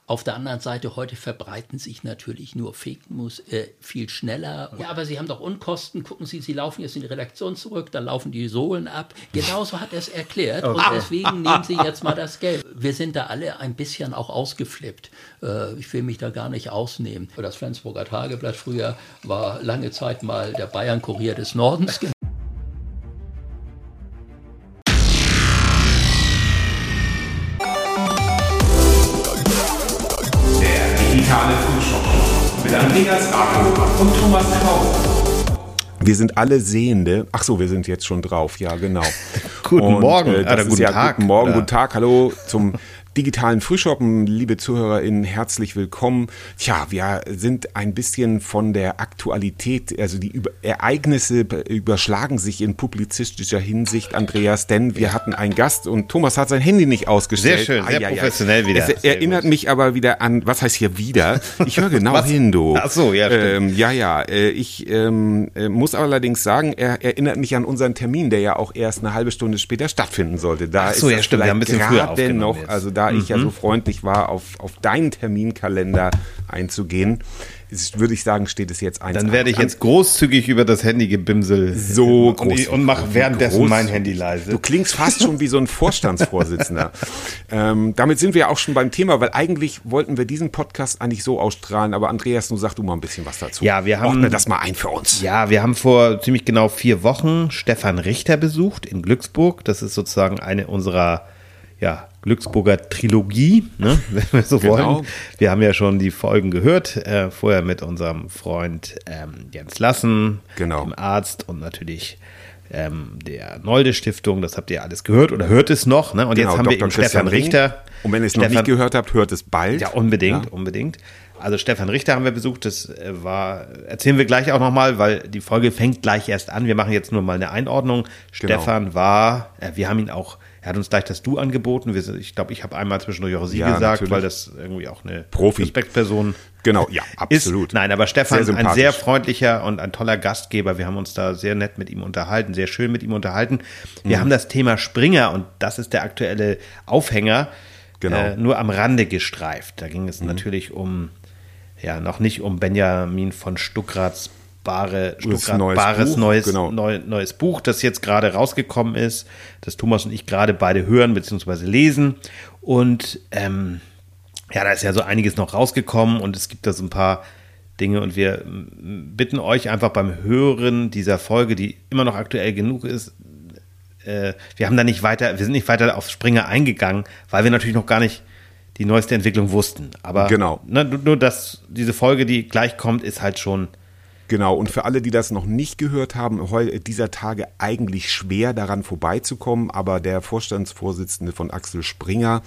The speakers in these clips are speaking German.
Auf der anderen Seite, heute verbreiten sich natürlich nur Fake News viel schneller. Ja, aber Sie haben doch Unkosten. Gucken Sie, Sie laufen jetzt in die Redaktion zurück, dann laufen die Sohlen ab. Genauso hat er es erklärt. Okay. Und deswegen nehmen Sie jetzt mal das Geld. Wir sind da alle ein bisschen auch ausgeflippt. Ich will mich da gar nicht ausnehmen. Das Flensburger Tageblatt früher war lange Zeit mal der Bayern-Kurier des Nordens. Digitale Frühschoppen mit Andreas Rakow und Thomas Kraus. Wir sind alle Sehende. Ach so, wir sind jetzt schon drauf. Ja, genau. Guten Morgen. Guten Tag. Guten Morgen, guten Tag. Hallo zum digitalen Frühschoppen, liebe ZuhörerInnen, herzlich willkommen. Tja, wir sind ein bisschen von der Aktualität, also die Ereignisse überschlagen sich in publizistischer Hinsicht, Andreas, denn wir hatten einen Gast und Thomas hat sein Handy nicht ausgestellt. Sehr schön, sehr professionell wieder. Es erinnert mich aber wieder an, was heißt hier wieder? Ich höre genau hin, du. Ach so, ja, stimmt. Ich muss allerdings sagen, er erinnert mich an unseren Termin, der ja auch erst eine halbe Stunde später stattfinden sollte. Da Ach so, ja, stimmt, wir haben ein bisschen früher aufgenommen noch, jetzt. also da ich ja so freundlich war, auf deinen Terminkalender einzugehen, würde ich sagen, steht es jetzt 1-1. Dann werde ich jetzt großzügig über das Handy gebimsel und mache währenddessen mein Handy leise. Du klingst fast schon wie so ein Vorstandsvorsitzender. Damit sind wir auch schon beim Thema, weil eigentlich wollten wir diesen Podcast eigentlich so ausstrahlen, aber Andreas, nun sag du mal ein bisschen was dazu. Ja, wir haben ordne das mal ein für uns. Ja, wir haben vor ziemlich genau 4 Wochen Stefan Richter besucht in Glücksburg. Das ist sozusagen eine unserer Glücksburger Trilogie, ne, wenn wir so wollen. Wir haben ja schon die Folgen gehört, vorher mit unserem Freund Jens Lassen, dem Arzt und natürlich der Nolde Stiftung. Das habt ihr alles gehört oder hört es noch. Ne? Und jetzt haben wir eben Stefan Richter. Und wenn ihr es noch nicht gehört habt, hört es bald. Ja, unbedingt. Also Stefan Richter haben wir besucht, erzählen wir gleich auch nochmal, weil die Folge fängt gleich erst an. Wir machen jetzt nur mal eine Einordnung. Genau. Stefan wir haben ihn auch, er hat uns gleich das Du angeboten. Ich glaube, ich habe einmal zwischendurch auch Sie gesagt, natürlich. Weil das irgendwie auch eine Respektperson absolut. Nein, aber Stefan ist ein sehr freundlicher und ein toller Gastgeber. Wir haben uns da sehr nett mit ihm unterhalten, sehr schön mit ihm unterhalten. Wir haben das Thema Springer und das ist der aktuelle Aufhänger, nur am Rande gestreift. Da ging es natürlich noch nicht um Benjamin von Stuckrats neues Buch, das jetzt gerade rausgekommen ist, das Thomas und ich gerade beide hören bzw. lesen. Und da ist ja so einiges noch rausgekommen und es gibt da so ein paar Dinge und wir bitten euch einfach beim Hören dieser Folge, die immer noch aktuell genug ist, wir sind nicht weiter auf Springer eingegangen, weil wir natürlich noch gar nicht die neueste Entwicklung wussten. Aber nur diese Folge, die gleich kommt, ist halt schon. Genau, und für alle, die das noch nicht gehört haben, dieser Tage eigentlich schwer daran vorbeizukommen, aber der Vorstandsvorsitzende von Axel Springer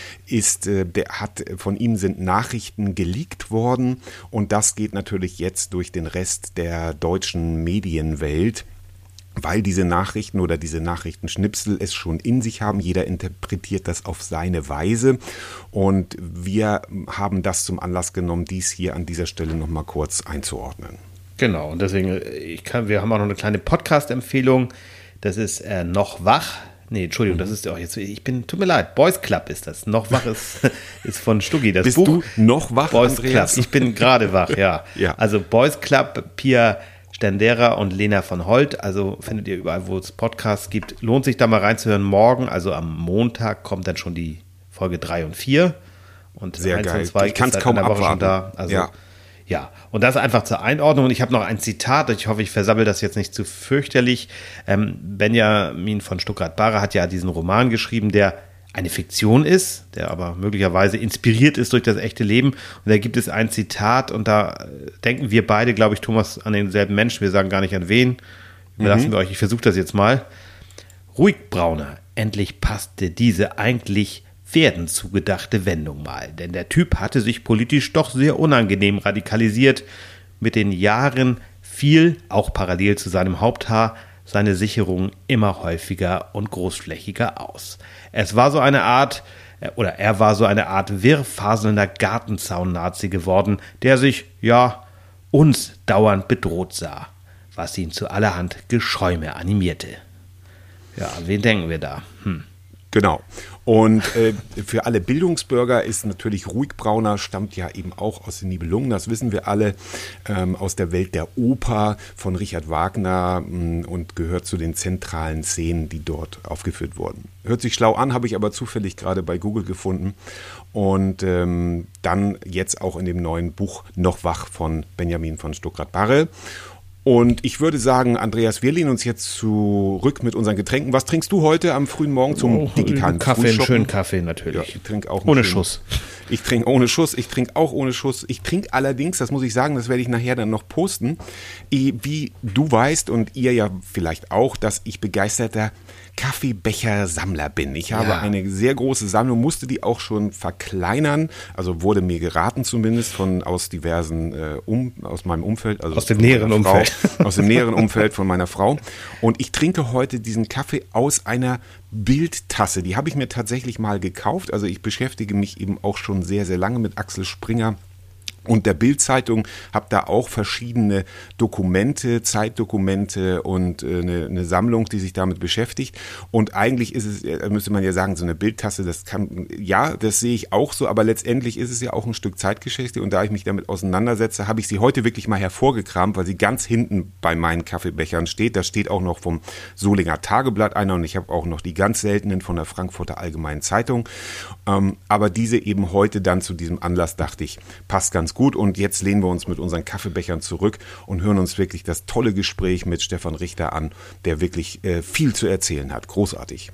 von ihm sind Nachrichten geleakt worden und das geht natürlich jetzt durch den Rest der deutschen Medienwelt. Weil diese Nachrichten oder diese Nachrichtenschnipsel es schon in sich haben. Jeder interpretiert das auf seine Weise. Und wir haben das zum Anlass genommen, dies hier an dieser Stelle nochmal kurz einzuordnen. Genau, und deswegen, wir haben auch noch eine kleine Podcast-Empfehlung. Das ist Noch wach. Nee, Entschuldigung, das ist auch jetzt, tut mir leid, Boys Club ist das. Noch wach ist von Stuggi. Das Bist Buch, du noch wach, Boys Andreas? Club. Ich bin gerade wach, ja. Also Boys Club, Pia Stendera und Lena von Holt, also findet ihr überall, wo es Podcasts gibt. Lohnt sich da mal reinzuhören. Morgen, also am Montag, kommt dann schon die Folge 3 und 4. Und sehr 1 geil. und 2 ich kann es kaum abwarten. Da. Also, und das einfach zur Einordnung. Und ich habe noch ein Zitat, ich hoffe, ich versammle das jetzt nicht zu fürchterlich. Benjamin von Stuckrad-Barre hat ja diesen Roman geschrieben, der eine Fiktion ist, der aber möglicherweise inspiriert ist durch das echte Leben. Und da gibt es ein Zitat und da denken wir beide, glaube ich, Thomas, an denselben Menschen. Wir sagen gar nicht an wen. Überlassen wir euch. Ich versuche das jetzt mal. Ruhig, Brauner. Endlich passte diese eigentlich Pferden zugedachte Wendung mal. Denn der Typ hatte sich politisch doch sehr unangenehm radikalisiert. Mit den Jahren fiel, auch parallel zu seinem Haupthaar, seine Sicherung immer häufiger und großflächiger aus. Er war so eine Art wirrfaselnder Gartenzaun-Nazi geworden, der sich, uns dauernd bedroht sah, was ihn zu allerhand Geschäume animierte. Ja, wen denken wir da? Genau. Und für alle Bildungsbürger ist natürlich Ruhigbrauner, stammt ja eben auch aus den Nibelungen, das wissen wir alle, aus der Welt der Oper von Richard Wagner und gehört zu den zentralen Szenen, die dort aufgeführt wurden. Hört sich schlau an, habe ich aber zufällig gerade bei Google gefunden. Und dann jetzt auch in dem neuen Buch Noch wach von Benjamin von Stuckrad-Barre. Und ich würde sagen, Andreas, wir lehnen uns jetzt zurück mit unseren Getränken. Was trinkst du heute am frühen Morgen zum digitalen Kaffee? Einen schönen Kaffee natürlich. Ja, ich trinke auch ohne Schuss. Ich trinke ohne Schuss. Ich trinke auch ohne Schuss. Ich trinke allerdings, das muss ich sagen, das werde ich nachher dann noch posten, wie du weißt und ihr ja vielleicht auch, dass ich begeisterter Kaffeebecher-Sammler bin. Ich habe eine sehr große Sammlung, musste die auch schon verkleinern, also wurde mir geraten zumindest aus diversen, aus meinem Umfeld. Also aus dem näheren Umfeld. Aus dem näheren Umfeld von meiner Frau. Und ich trinke heute diesen Kaffee aus einer Bildtasse. Die habe ich mir tatsächlich mal gekauft. Also ich beschäftige mich eben auch schon sehr, sehr lange mit Axel Springer und der Bild-Zeitung, habe da auch verschiedene Dokumente, Zeitdokumente und eine Sammlung, die sich damit beschäftigt. Und eigentlich ist es, müsste man ja sagen, so eine Bildtasse, das sehe ich auch so, aber letztendlich ist es ja auch ein Stück Zeitgeschichte und da ich mich damit auseinandersetze, habe ich sie heute wirklich mal hervorgekramt, weil sie ganz hinten bei meinen Kaffeebechern steht. Da steht auch noch vom Solinger Tageblatt einer und ich habe auch noch die ganz seltenen von der Frankfurter Allgemeinen Zeitung. Aber diese eben heute dann zu diesem Anlass, dachte ich, passt ganz gut. Und jetzt lehnen wir uns mit unseren Kaffeebechern zurück und hören uns wirklich das tolle Gespräch mit Stefan Richter an, der wirklich viel zu erzählen hat. Großartig.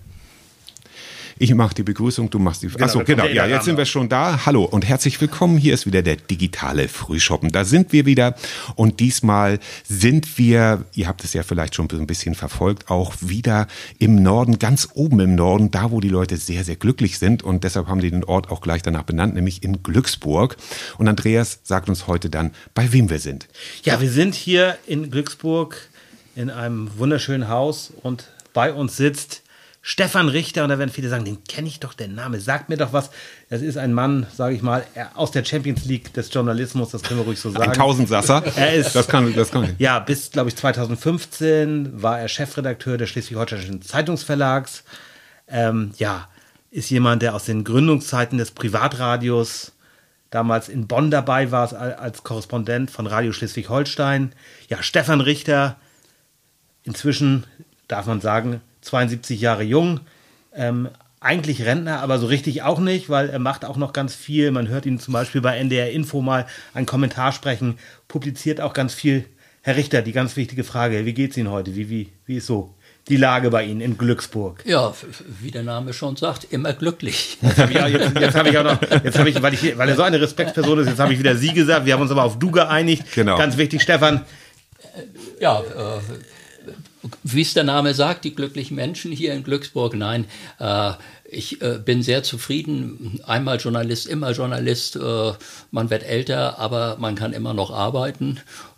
Ich mache die Begrüßung, du machst die... Achso, genau. Ja, jetzt sind wir schon da. Hallo und herzlich willkommen. Hier ist wieder der digitale Frühschoppen. Da sind wir wieder und diesmal sind wir, ihr habt es ja vielleicht schon ein bisschen verfolgt, auch wieder im Norden, ganz oben im Norden, da wo die Leute sehr, sehr glücklich sind und deshalb haben die den Ort auch gleich danach benannt, nämlich in Glücksburg. Und Andreas sagt uns heute dann, bei wem wir sind. Ja, wir sind hier in Glücksburg in einem wunderschönen Haus und bei uns sitzt Stefan Richter, und da werden viele sagen, den kenne ich doch, der Name, sagt mir doch was. Das ist ein Mann, sage ich mal, aus der Champions League des Journalismus, das können wir ruhig so sagen. Ein Tausendsasser? Das kann ich. Ja, bis, glaube ich, 2015 war er Chefredakteur des Schleswig-Holsteinischen Zeitungsverlags. Ist jemand, der aus den Gründungszeiten des Privatradios damals in Bonn dabei war, als Korrespondent von Radio Schleswig-Holstein. Ja, Stefan Richter, inzwischen, darf man sagen, 72 Jahre jung, eigentlich Rentner, aber so richtig auch nicht, weil er macht auch noch ganz viel. Man hört ihn zum Beispiel bei NDR Info mal einen Kommentar sprechen, publiziert auch ganz viel. Herr Richter, die ganz wichtige Frage, wie geht's Ihnen heute? Wie ist so die Lage bei Ihnen in Glücksburg? Ja, wie der Name schon sagt, immer glücklich. Weil er so eine Respektsperson ist, jetzt habe ich wieder Sie gesagt, wir haben uns aber auf Du geeinigt. Genau. Ganz wichtig, Stefan. Wie es der Name sagt, die glücklichen Menschen hier in Glücksburg, nein, ich bin sehr zufrieden. Einmal Journalist, immer Journalist. Man wird älter, aber man kann immer noch arbeiten.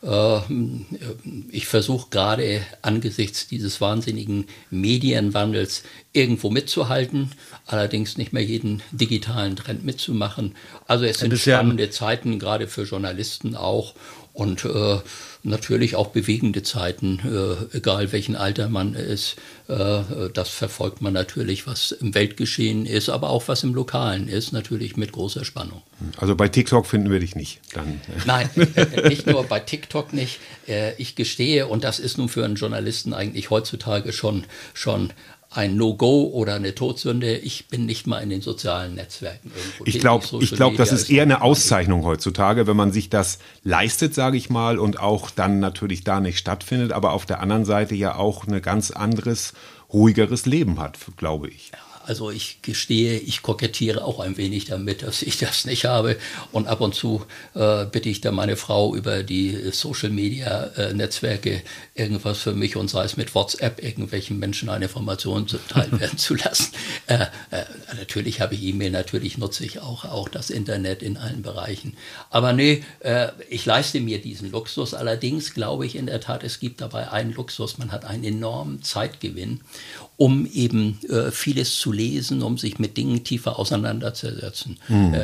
Ich versuche gerade angesichts dieses wahnsinnigen Medienwandels irgendwo mitzuhalten, allerdings nicht mehr jeden digitalen Trend mitzumachen. Also es sind spannende Zeiten, gerade für Journalisten auch. Und natürlich auch bewegende Zeiten, egal welchen Alter man ist. Das verfolgt man natürlich, was im Weltgeschehen ist, aber auch was im Lokalen ist, natürlich mit großer Spannung. Also bei TikTok finden wir dich nicht. Dann. Nein, nicht nur bei TikTok nicht. Ich gestehe, und das ist nun für einen Journalisten eigentlich heutzutage schon ein No-Go oder eine Todsünde. Ich bin nicht mal in den sozialen Netzwerken irgendwo. Ich glaube, das ist eher eine Auszeichnung heutzutage, wenn man sich das leistet, sage ich mal, und auch dann natürlich da nicht stattfindet, aber auf der anderen Seite ja auch ein ganz anderes, ruhigeres Leben hat, glaube ich. Ja. Also ich gestehe, ich kokettiere auch ein wenig damit, dass ich das nicht habe. Und ab und zu bitte ich dann meine Frau über die Social-Media-Netzwerke irgendwas für mich und sei es mit WhatsApp irgendwelchen Menschen eine Information zuteil werden zu lassen. Natürlich habe ich E-Mail, natürlich nutze ich auch das Internet in allen Bereichen. Aber nee, ich leiste mir diesen Luxus. Allerdings glaube ich in der Tat, es gibt dabei einen Luxus. Man hat einen enormen Zeitgewinn, um eben vieles zu zu lesen, um sich mit Dingen tiefer auseinanderzusetzen.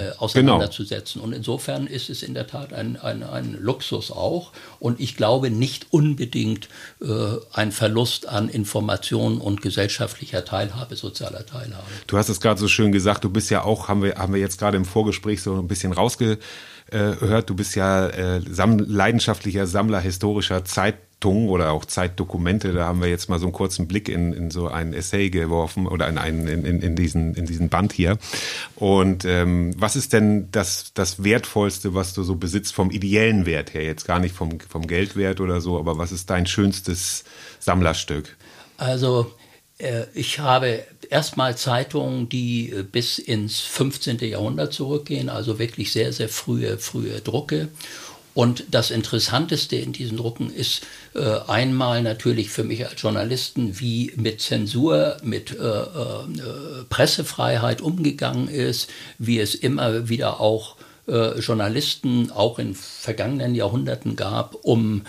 Und insofern ist es in der Tat ein Luxus auch. Und ich glaube nicht unbedingt ein Verlust an Informationen und gesellschaftlicher Teilhabe, sozialer Teilhabe. Du hast es gerade so schön gesagt, du bist ja auch, haben wir jetzt gerade im Vorgespräch so ein bisschen rausgehört, du bist ja leidenschaftlicher Sammler historischer Zeitungen oder auch Zeitdokumente. Da haben wir jetzt mal so einen kurzen Blick in so ein Essay geworfen oder in diesen Band hier. Und was ist denn das Wertvollste, was du so besitzt vom ideellen Wert her? Jetzt gar nicht vom Geldwert oder so, aber was ist dein schönstes Sammlerstück? Also ich habe erstmal Zeitungen, die bis ins 15. Jahrhundert zurückgehen, also wirklich sehr, sehr frühe Drucke. Und das Interessanteste in diesen Drucken ist einmal natürlich für mich als Journalisten, wie mit Zensur, mit Pressefreiheit umgegangen ist, wie es immer wieder auch Journalisten auch in vergangenen Jahrhunderten gab, um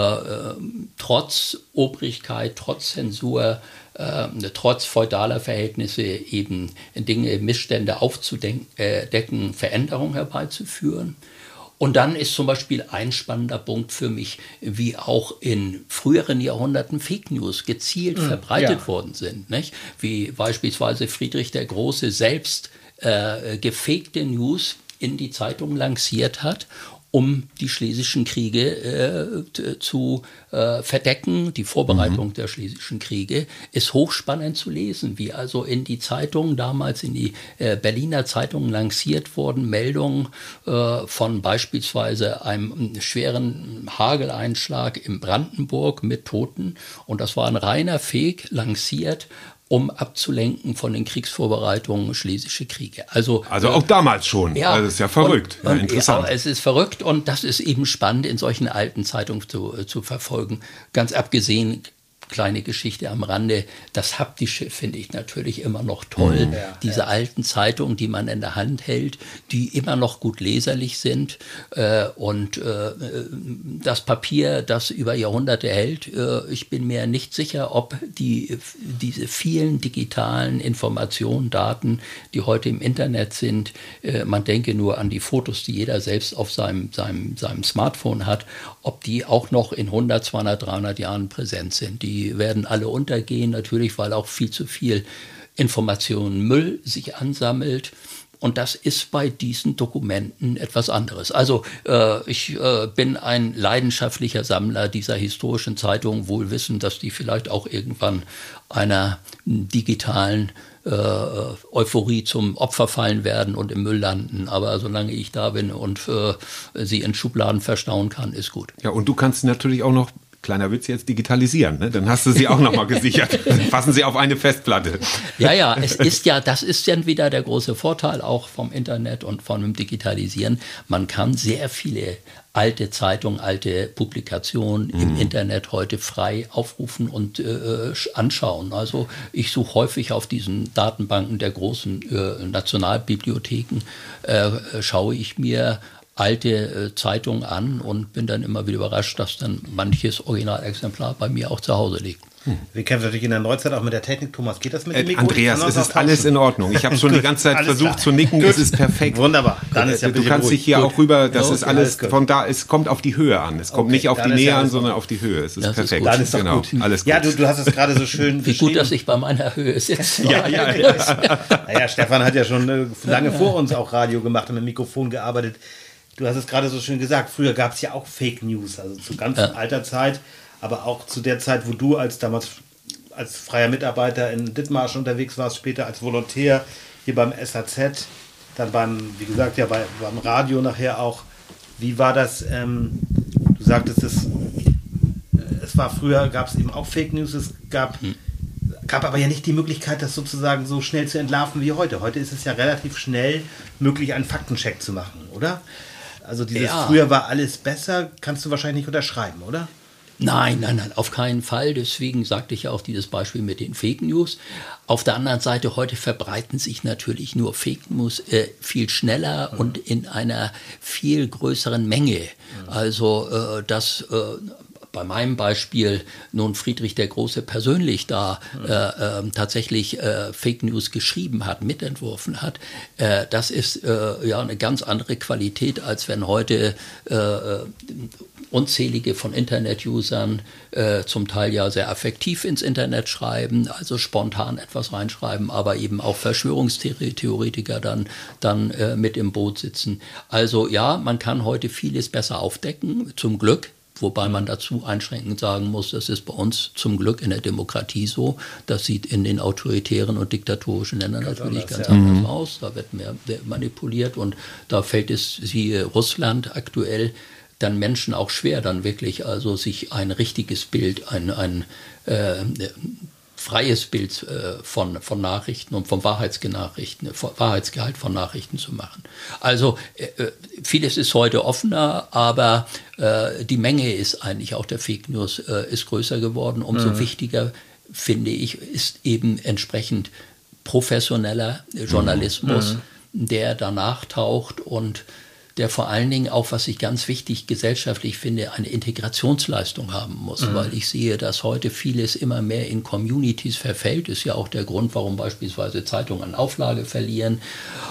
trotz Obrigkeit, trotz Zensur, trotz feudaler Verhältnisse eben Dinge, Missstände aufzudecken, Veränderungen herbeizuführen. Und dann ist zum Beispiel ein spannender Punkt für mich, wie auch in früheren Jahrhunderten Fake News gezielt verbreitet worden sind. Nicht? Wie beispielsweise Friedrich der Große selbst gefakte News in die Zeitung lanciert hat, um die Schlesischen Kriege zu verdecken. Die Vorbereitung der Schlesischen Kriege ist hochspannend zu lesen, wie also in die Zeitungen, damals in die Berliner Zeitungen lanciert wurden, Meldungen von beispielsweise einem schweren Hageleinschlag in Brandenburg mit Toten. Und das war ein reiner Fake, lanciert, um abzulenken von den Kriegsvorbereitungen Schlesische Kriege. Also auch damals schon. Ja, das ist ja verrückt. Interessant. Ja, es ist verrückt und das ist eben spannend, in solchen alten Zeitungen zu verfolgen. Ganz abgesehen, kleine Geschichte am Rande, das Haptische finde ich natürlich immer noch toll. Diese alten Zeitungen, die man in der Hand hält, die immer noch gut leserlich sind und das Papier, das über Jahrhunderte hält, ich bin mir nicht sicher, ob diese vielen digitalen Informationen, Daten, die heute im Internet sind, man denke nur an die Fotos, die jeder selbst auf seinem Smartphone hat, ob die auch noch in 100, 200, 300 Jahren präsent sind. Die werden alle untergehen, natürlich, weil auch viel zu viel Informationenmüll sich ansammelt. Und das ist bei diesen Dokumenten etwas anderes. Also ich bin ein leidenschaftlicher Sammler dieser historischen Zeitungen, wohl wissend, dass die vielleicht auch irgendwann einer digitalen Euphorie zum Opfer fallen werden und im Müll landen. Aber solange ich da bin und sie in Schubladen verstauen kann, ist gut. Ja, und du kannst natürlich auch noch, kleiner Witz jetzt, digitalisieren, ne? Dann hast du sie auch nochmal gesichert. Fassen sie auf eine Festplatte. Ja, das ist dann wieder der große Vorteil auch vom Internet und von dem Digitalisieren. Man kann sehr viele alte Zeitungen, alte Publikationen im Internet heute frei aufrufen und anschauen. Also ich suche häufig auf diesen Datenbanken der großen Nationalbibliotheken, schaue ich mir alte Zeitungen an und bin dann immer wieder überrascht, dass dann manches Originalexemplar bei mir auch zu Hause liegt. Wir kämpfen natürlich in der Neuzeit auch mit der Technik. Thomas, geht das mit dem Mikro? Andreas, es ist alles in Ordnung. Ich habe schon die ganze Zeit versucht zu nicken. Es ist perfekt. Wunderbar. Dann ist ja du kannst dich hier auch rüber, das ist alles von da, es kommt auf die Höhe an. Es kommt nicht auf die Nähe an, sondern auf die Höhe. Es ist perfekt. Dann ist doch gut. Alles gut. Ja, du hast es gerade so schön Wie gut, dass ich bei meiner Höhe sitze. Naja, Stefan hat ja schon lange vor uns auch Radio gemacht und mit dem Mikrofon gearbeitet. Du hast es gerade so schön gesagt, früher gab es ja auch Fake News, also zu ganz alter Zeit, aber auch zu der Zeit, wo du damals als freier Mitarbeiter in Dithmarschen unterwegs warst, später als Volontär hier beim SAZ, dann beim Radio nachher auch. Wie war das? Du sagtest, es war früher, gab es eben auch Fake News, es gab aber ja nicht die Möglichkeit, das sozusagen so schnell zu entlarven wie heute. Heute ist es ja relativ schnell möglich, einen Faktencheck zu machen, oder? Also früher war alles besser, kannst du wahrscheinlich nicht unterschreiben, oder? Nein, auf keinen Fall. Deswegen sagte ich ja auch dieses Beispiel mit den Fake News. Auf der anderen Seite, heute verbreiten sich natürlich nur Fake News viel schneller und in einer viel größeren Menge. Also das bei meinem Beispiel nun Friedrich der Große persönlich da tatsächlich Fake News geschrieben hat, mitentworfen hat, das ist eine ganz andere Qualität, als wenn heute unzählige von Internet-Usern zum Teil ja sehr affektiv ins Internet schreiben, also spontan etwas reinschreiben, aber eben auch Verschwörungstheoretiker dann mit im Boot sitzen. Also ja, man kann heute vieles besser aufdecken, zum Glück. Wobei man dazu einschränkend sagen muss, das ist bei uns zum Glück in der Demokratie so. Das sieht in den autoritären und diktatorischen Ländern natürlich ganz anders aus. Da wird mehr manipuliert und da fällt es, siehe Russland aktuell, dann Menschen auch schwer, dann wirklich also sich ein richtiges Bild, ein freies Bild von Nachrichten und vom Wahrheitsgehalt von Nachrichten zu machen. Also vieles ist heute offener, aber die Menge ist eigentlich auch der Fake News ist größer geworden. Umso wichtiger, finde ich, ist eben entsprechend professioneller Journalismus, der danach taucht und der vor allen Dingen auch, was ich ganz wichtig gesellschaftlich finde, eine Integrationsleistung haben muss, weil ich sehe, dass heute vieles immer mehr in Communities verfällt. Ist ja auch der Grund, warum beispielsweise Zeitungen an Auflage verlieren.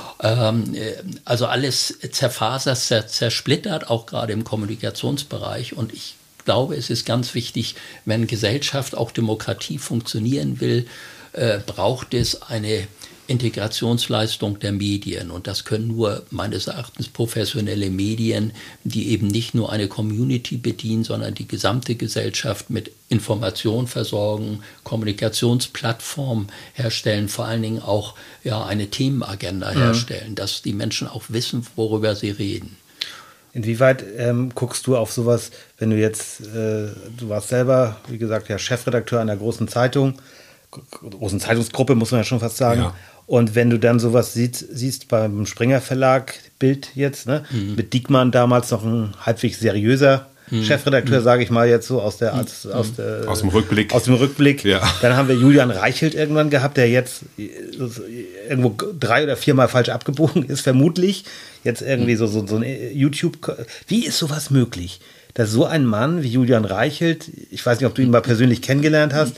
Also alles zerfasert, zersplittert, auch gerade im Kommunikationsbereich. Und ich glaube, es ist ganz wichtig, wenn Gesellschaft, auch Demokratie funktionieren will, braucht es eine Integrationsleistung der Medien. Und das können nur meines Erachtens professionelle Medien, die eben nicht nur eine Community bedienen, sondern die gesamte Gesellschaft mit Information versorgen, Kommunikationsplattformen herstellen, vor allen Dingen auch eine Themenagenda herstellen, dass die Menschen auch wissen, worüber sie reden. Inwieweit guckst du auf sowas, wenn du jetzt, du warst selber, wie gesagt, ja Chefredakteur einer großen Zeitung, großen Zeitungsgruppe, muss man ja schon fast sagen. Ja. Und wenn du dann sowas siehst beim Springer Verlag, Bild jetzt, ne, mit Diekmann damals noch ein halbwegs seriöser Chefredakteur, sage ich mal jetzt so aus dem Rückblick. Aus dem Rückblick. Ja. Dann haben wir Julian Reichelt irgendwann gehabt, der jetzt irgendwo 3 oder 4 Mal falsch abgebogen ist, vermutlich. Jetzt irgendwie so ein YouTube. Wie ist sowas möglich, dass so ein Mann wie Julian Reichelt, ich weiß nicht, ob du ihn mal persönlich kennengelernt hast,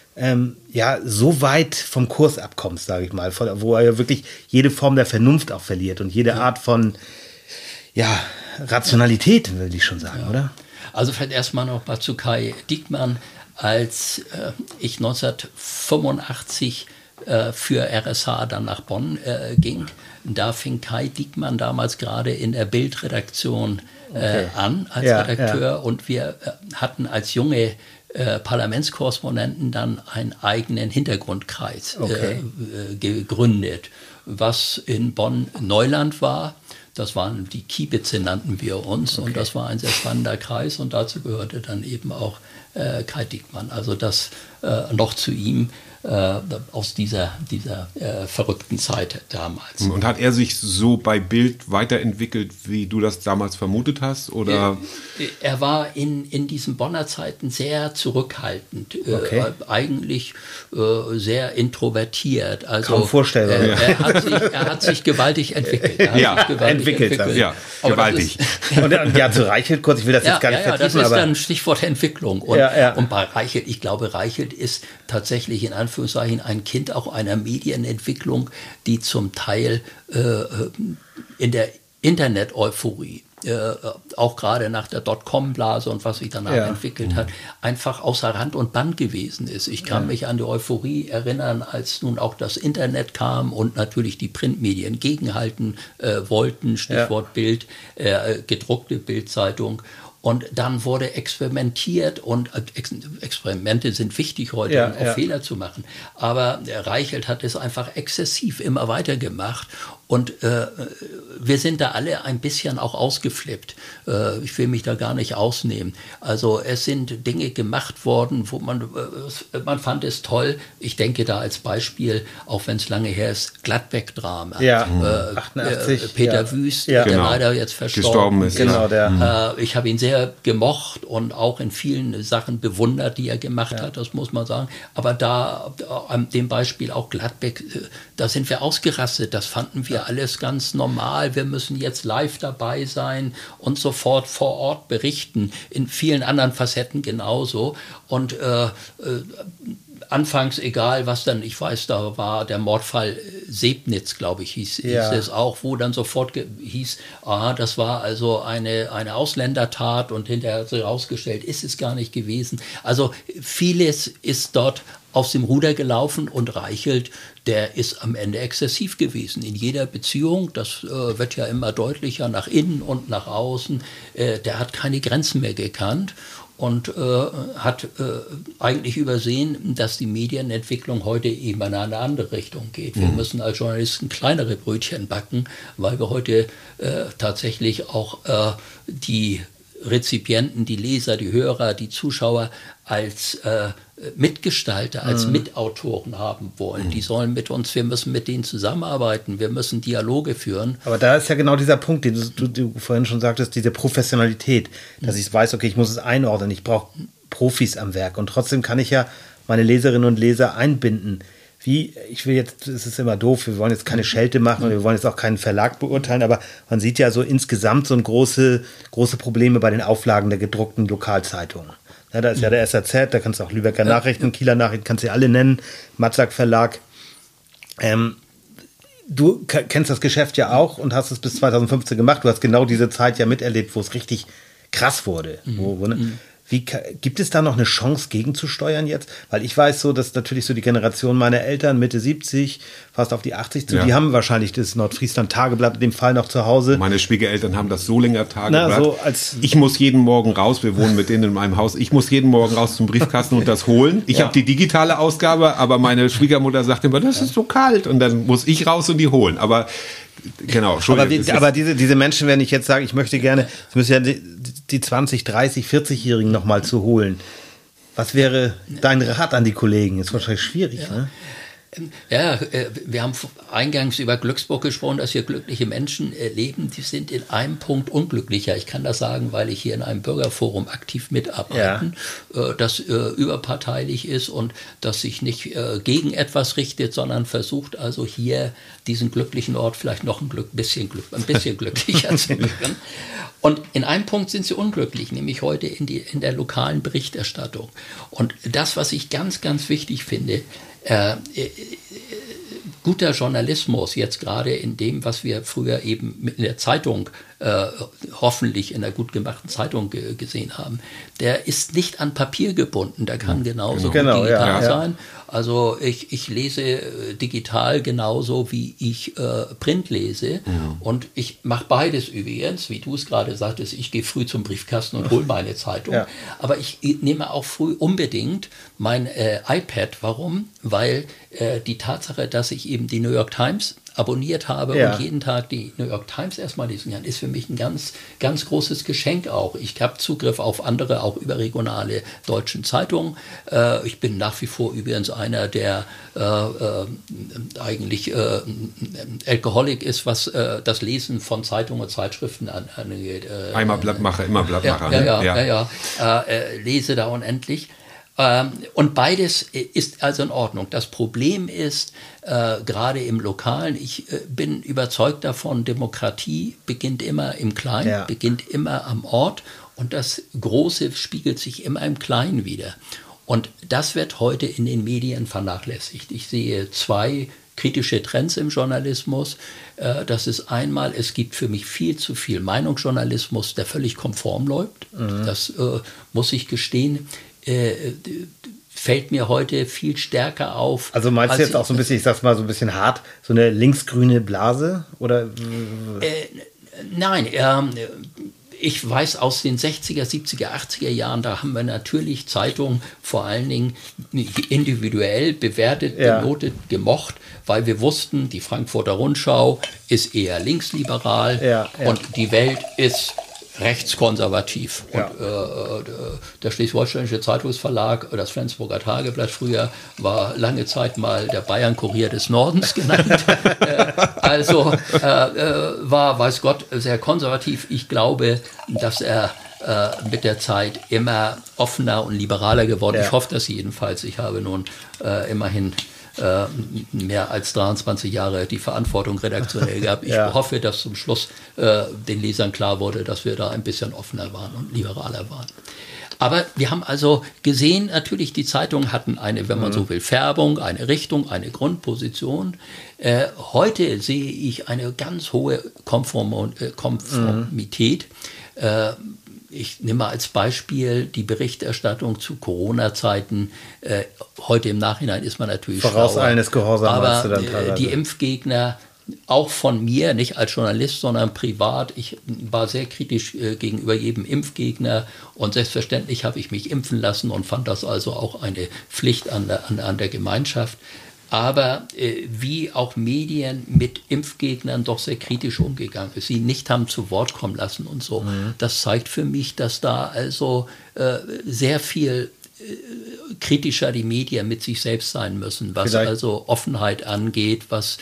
so weit vom Kurs abkommst, sage ich mal, wo er ja wirklich jede Form der Vernunft auch verliert und jede Art von Rationalität, will ich schon sagen, oder? Also vielleicht erstmal noch mal zu Kai Diekmann. Als ich 1985 für RSH dann nach Bonn ging, da fing Kai Diekmann damals gerade in der Bildredaktion an als Redakteur und wir hatten als junge Parlamentskorrespondenten dann einen eigenen Hintergrundkreis gegründet, was in Bonn Neuland war. Das waren die Kiebitze, nannten wir uns, und das war ein sehr spannender Kreis und dazu gehörte dann eben auch Kai Diekmann. Also das noch zu ihm aus dieser verrückten Zeit damals. Und hat er sich so bei Bild weiterentwickelt, wie du das damals vermutet hast? Oder? Er war in diesen Bonner Zeiten sehr zurückhaltend, eigentlich sehr introvertiert. Also, kaum vorstellbar. Er hat sich gewaltig entwickelt. Gewaltig. Und zu Reichelt kurz, ich will das jetzt gar nicht vertiefen. Das ist dann Stichwort Entwicklung. Und bei Reichelt, ich glaube, Reichelt ist tatsächlich in Anführungszeichen ein Kind auch einer Medienentwicklung, die zum Teil in der Internet-Euphorie, auch gerade nach der Dotcom-Blase und was sich danach entwickelt hat, einfach außer Rand und Band gewesen ist. Ich kann mich an die Euphorie erinnern, als nun auch das Internet kam und natürlich die Printmedien gegenhalten wollten, Stichwort Bild, gedruckte Bildzeitung. Und dann wurde experimentiert und Experimente sind wichtig heute, um auch Fehler zu machen. Aber Reichelt hat es einfach exzessiv immer weiter gemacht. Und wir sind da alle ein bisschen auch ausgeflippt. Ich will mich da gar nicht ausnehmen. Also es sind Dinge gemacht worden, wo man fand es toll. Ich denke da als Beispiel, auch wenn es lange her ist, Gladbeck-Drama. 88. Peter Wüst, der leider jetzt verstorben ist. Genau, ich habe ihn sehr sehr gemocht und auch in vielen Sachen bewundert, die er gemacht hat, das muss man sagen. Aber da, an dem Beispiel auch Gladbeck, da sind wir ausgerastet. Das fanden wir alles ganz normal. Wir müssen jetzt live dabei sein und sofort vor Ort berichten. In vielen anderen Facetten genauso. Und anfangs egal, was dann, ich weiß, da war der Mordfall Sebnitz, glaube ich, hieß es auch, wo dann sofort hieß, das war also eine Ausländertat und hinterher hat sich herausgestellt, ist es gar nicht gewesen. Also vieles ist dort aus dem Ruder gelaufen und Reichelt, der ist am Ende exzessiv gewesen. In jeder Beziehung, das wird ja immer deutlicher nach innen und nach außen, der hat keine Grenzen mehr gekannt. Und hat eigentlich übersehen, dass die Medienentwicklung heute eben in eine andere Richtung geht. Wir müssen als Journalisten kleinere Brötchen backen, weil wir heute tatsächlich auch die Rezipienten, die Leser, die Hörer, die Zuschauer als Mitgestalter, als Mitautoren haben wollen. Die sollen mit uns, wir müssen mit denen zusammenarbeiten, wir müssen Dialoge führen. Aber da ist ja genau dieser Punkt, den du vorhin schon sagtest, diese Professionalität, dass ich weiß, okay, ich muss es einordnen, ich brauche Profis am Werk und trotzdem kann ich ja meine Leserinnen und Leser einbinden. Ich will jetzt, es ist immer doof, wir wollen jetzt keine Schelte machen und wir wollen jetzt auch keinen Verlag beurteilen, aber man sieht ja so insgesamt so große Probleme bei den Auflagen der gedruckten Lokalzeitungen. Ja, da ist ja der SAZ, da kannst du auch Lübecker Nachrichten, Kieler Nachrichten, kannst du alle nennen, Matzak Verlag. Du kennst das Geschäft ja auch und hast es bis 2015 gemacht. Du hast genau diese Zeit ja miterlebt, wo es richtig krass wurde. Gibt es da noch eine Chance gegenzusteuern jetzt? Weil ich weiß so, dass natürlich so die Generation meiner Eltern, Mitte 70, fast auf die 80 zu, die haben wahrscheinlich das Nordfriesland-Tageblatt in dem Fall noch zu Hause. Meine Schwiegereltern haben das Solinger Tageblatt. Ich muss jeden Morgen raus, wir wohnen mit denen in meinem Haus, ich muss jeden Morgen raus zum Briefkasten und das holen. Ich habe die digitale Ausgabe, aber meine Schwiegermutter sagt immer, das ist so kalt und dann muss ich raus und die holen. Aber genau, aber diese Menschen, wenn ich jetzt sage, ich möchte gerne, es müssen ja die 20, 30, 40-Jährigen noch mal zu holen. Was wäre dein Rat an die Kollegen? Ist wahrscheinlich schwierig, ne? Ja, wir haben eingangs über Glücksburg gesprochen, dass hier glückliche Menschen leben. Die sind in einem Punkt unglücklicher. Ich kann das sagen, weil ich hier in einem Bürgerforum aktiv mitarbeite, das überparteilich ist und das sich nicht gegen etwas richtet, sondern versucht also hier diesen glücklichen Ort vielleicht noch ein bisschen glücklicher zu machen. Und in einem Punkt sind sie unglücklich, nämlich heute in der lokalen Berichterstattung. Und das, was ich ganz, ganz wichtig finde, guter Journalismus, jetzt gerade in dem, was wir früher eben in der Zeitung, hoffentlich in einer gut gemachten Zeitung gesehen haben, der ist nicht an Papier gebunden, der kann genauso gut digital sein. Also ich lese digital genauso, wie ich Print lese. Und ich mache beides übrigens, wie du es gerade sagtest, ich gehe früh zum Briefkasten und hole meine Zeitung. Ja. Aber ich nehme auch früh unbedingt mein iPad. Warum? Weil die Tatsache, dass ich eben die New York Times abonniert habe und jeden Tag die New York Times erstmal lesen kann, ist für mich ein ganz, ganz großes Geschenk auch. Ich habe Zugriff auf andere, auch überregionale deutschen Zeitungen. Ich bin nach wie vor übrigens einer, der eigentlich Alkoholik ist, was das Lesen von Zeitungen und Zeitschriften angeht. Einmal Blattmacher, immer Blattmacher. Lese da unendlich. Und beides ist also in Ordnung. Das Problem ist, gerade im Lokalen, ich bin überzeugt davon, Demokratie beginnt immer im Kleinen, beginnt immer am Ort und das Große spiegelt sich immer im Kleinen wieder. Und das wird heute in den Medien vernachlässigt. Ich sehe zwei kritische Trends im Journalismus. Das ist einmal, es gibt für mich viel zu viel Meinungsjournalismus, der völlig konform läuft. Das muss ich gestehen. Fällt mir heute viel stärker auf. Also meinst du jetzt auch so ein bisschen, ich sag's mal so ein bisschen hart, so eine linksgrüne Blase? Oder? Nein, ich weiß aus den 60er, 70er, 80er Jahren, da haben wir natürlich Zeitungen vor allen Dingen individuell bewertet, benotet, gemocht, weil wir wussten, die Frankfurter Rundschau ist eher linksliberal und die Welt ist rechtskonservativ. Und der Schleswig-Holsteinische Zeitungsverlag, das Flensburger Tageblatt früher, war lange Zeit mal der Bayern-Kurier des Nordens genannt. War, weiß Gott, sehr konservativ. Ich glaube, dass er mit der Zeit immer offener und liberaler geworden. Ja. Ich hoffe das jedenfalls. Ich habe nun immerhin mehr als 23 Jahre die Verantwortung redaktionell gehabt. Ich hoffe, dass zum Schluss den Lesern klar wurde, dass wir da ein bisschen offener waren und liberaler waren. Aber wir haben also gesehen, natürlich, die Zeitungen hatten eine, wenn man so will, Färbung, eine Richtung, eine Grundposition. Heute sehe ich eine ganz hohe Konformität. Ich nehme mal als Beispiel die Berichterstattung zu Corona-Zeiten. Heute im Nachhinein ist man natürlich vorauseilendes Gehorsam, aber die Impfgegner, auch von mir, nicht als Journalist, sondern privat, ich war sehr kritisch gegenüber jedem Impfgegner und selbstverständlich habe ich mich impfen lassen und fand das also auch eine Pflicht an der Gemeinschaft. Aber wie auch Medien mit Impfgegnern doch sehr kritisch umgegangen ist, sie nicht haben zu Wort kommen lassen und so. Das zeigt für mich, dass da also sehr viel kritischer die Medien mit sich selbst sein müssen, was vielleicht also Offenheit angeht, was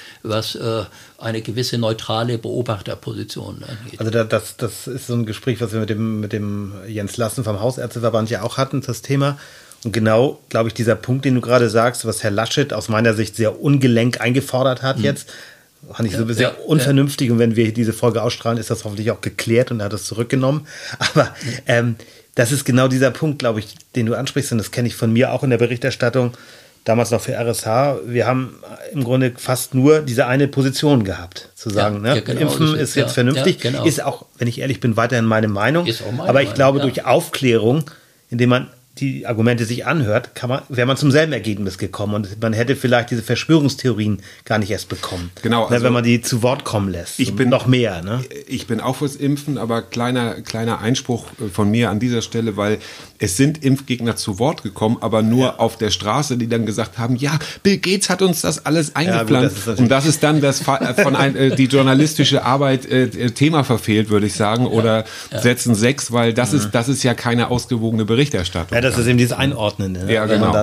eine gewisse neutrale Beobachterposition angeht. Also das ist so ein Gespräch, was wir mit dem Jens Lassen vom Hausärzteverband ja auch hatten, das Thema. Und genau, glaube ich, dieser Punkt, den du gerade sagst, was Herr Laschet aus meiner Sicht sehr ungelenk eingefordert hat jetzt, fand ich so sehr unvernünftig. Und wenn wir diese Folge ausstrahlen, ist das hoffentlich auch geklärt und er hat das zurückgenommen. Aber das ist genau dieser Punkt, glaube ich, den du ansprichst. Und das kenne ich von mir auch in der Berichterstattung, damals noch für RSH. Wir haben im Grunde fast nur diese eine Position gehabt, zu sagen, genau, Impfen ist jetzt vernünftig. Genau. Ist auch, wenn ich ehrlich bin, weiterhin meine Meinung. Aber ich glaube, durch Aufklärung, indem man die Argumente sich anhört, wäre man zum selben Ergebnis gekommen und man hätte vielleicht diese Verschwörungstheorien gar nicht erst bekommen. Genau. Also, wenn man die zu Wort kommen lässt. Ich bin noch mehr. Ne? Ich bin auch fürs Impfen, aber kleiner Einspruch von mir an dieser Stelle, weil es sind Impfgegner zu Wort gekommen, aber nur auf der Straße, die dann gesagt haben, ja, Bill Gates hat uns das alles eingepflanzt. Und das ist dann die journalistische Arbeit Thema verfehlt, würde ich sagen, oder setzen 6, weil das ist ja keine ausgewogene Berichterstattung. Ja, das ist eben dieses Einordnen. Ne? Ja, genau.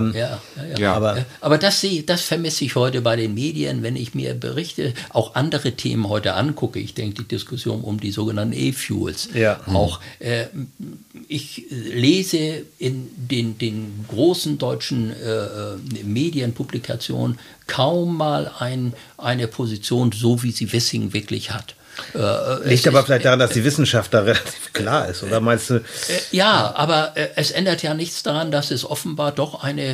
Aber das vermisse ich heute bei den Medien, wenn ich mir Berichte, auch andere Themen heute angucke. Ich denke, die Diskussion um die sogenannten E-Fuels. Ja. Auch ich lese in den großen deutschen Medienpublikationen kaum mal eine Position, so wie sie Wissing wirklich hat. Liegt aber vielleicht daran, dass die Wissenschaft da relativ klar ist, oder meinst du? Ja, aber es ändert ja nichts daran, dass es offenbar doch einen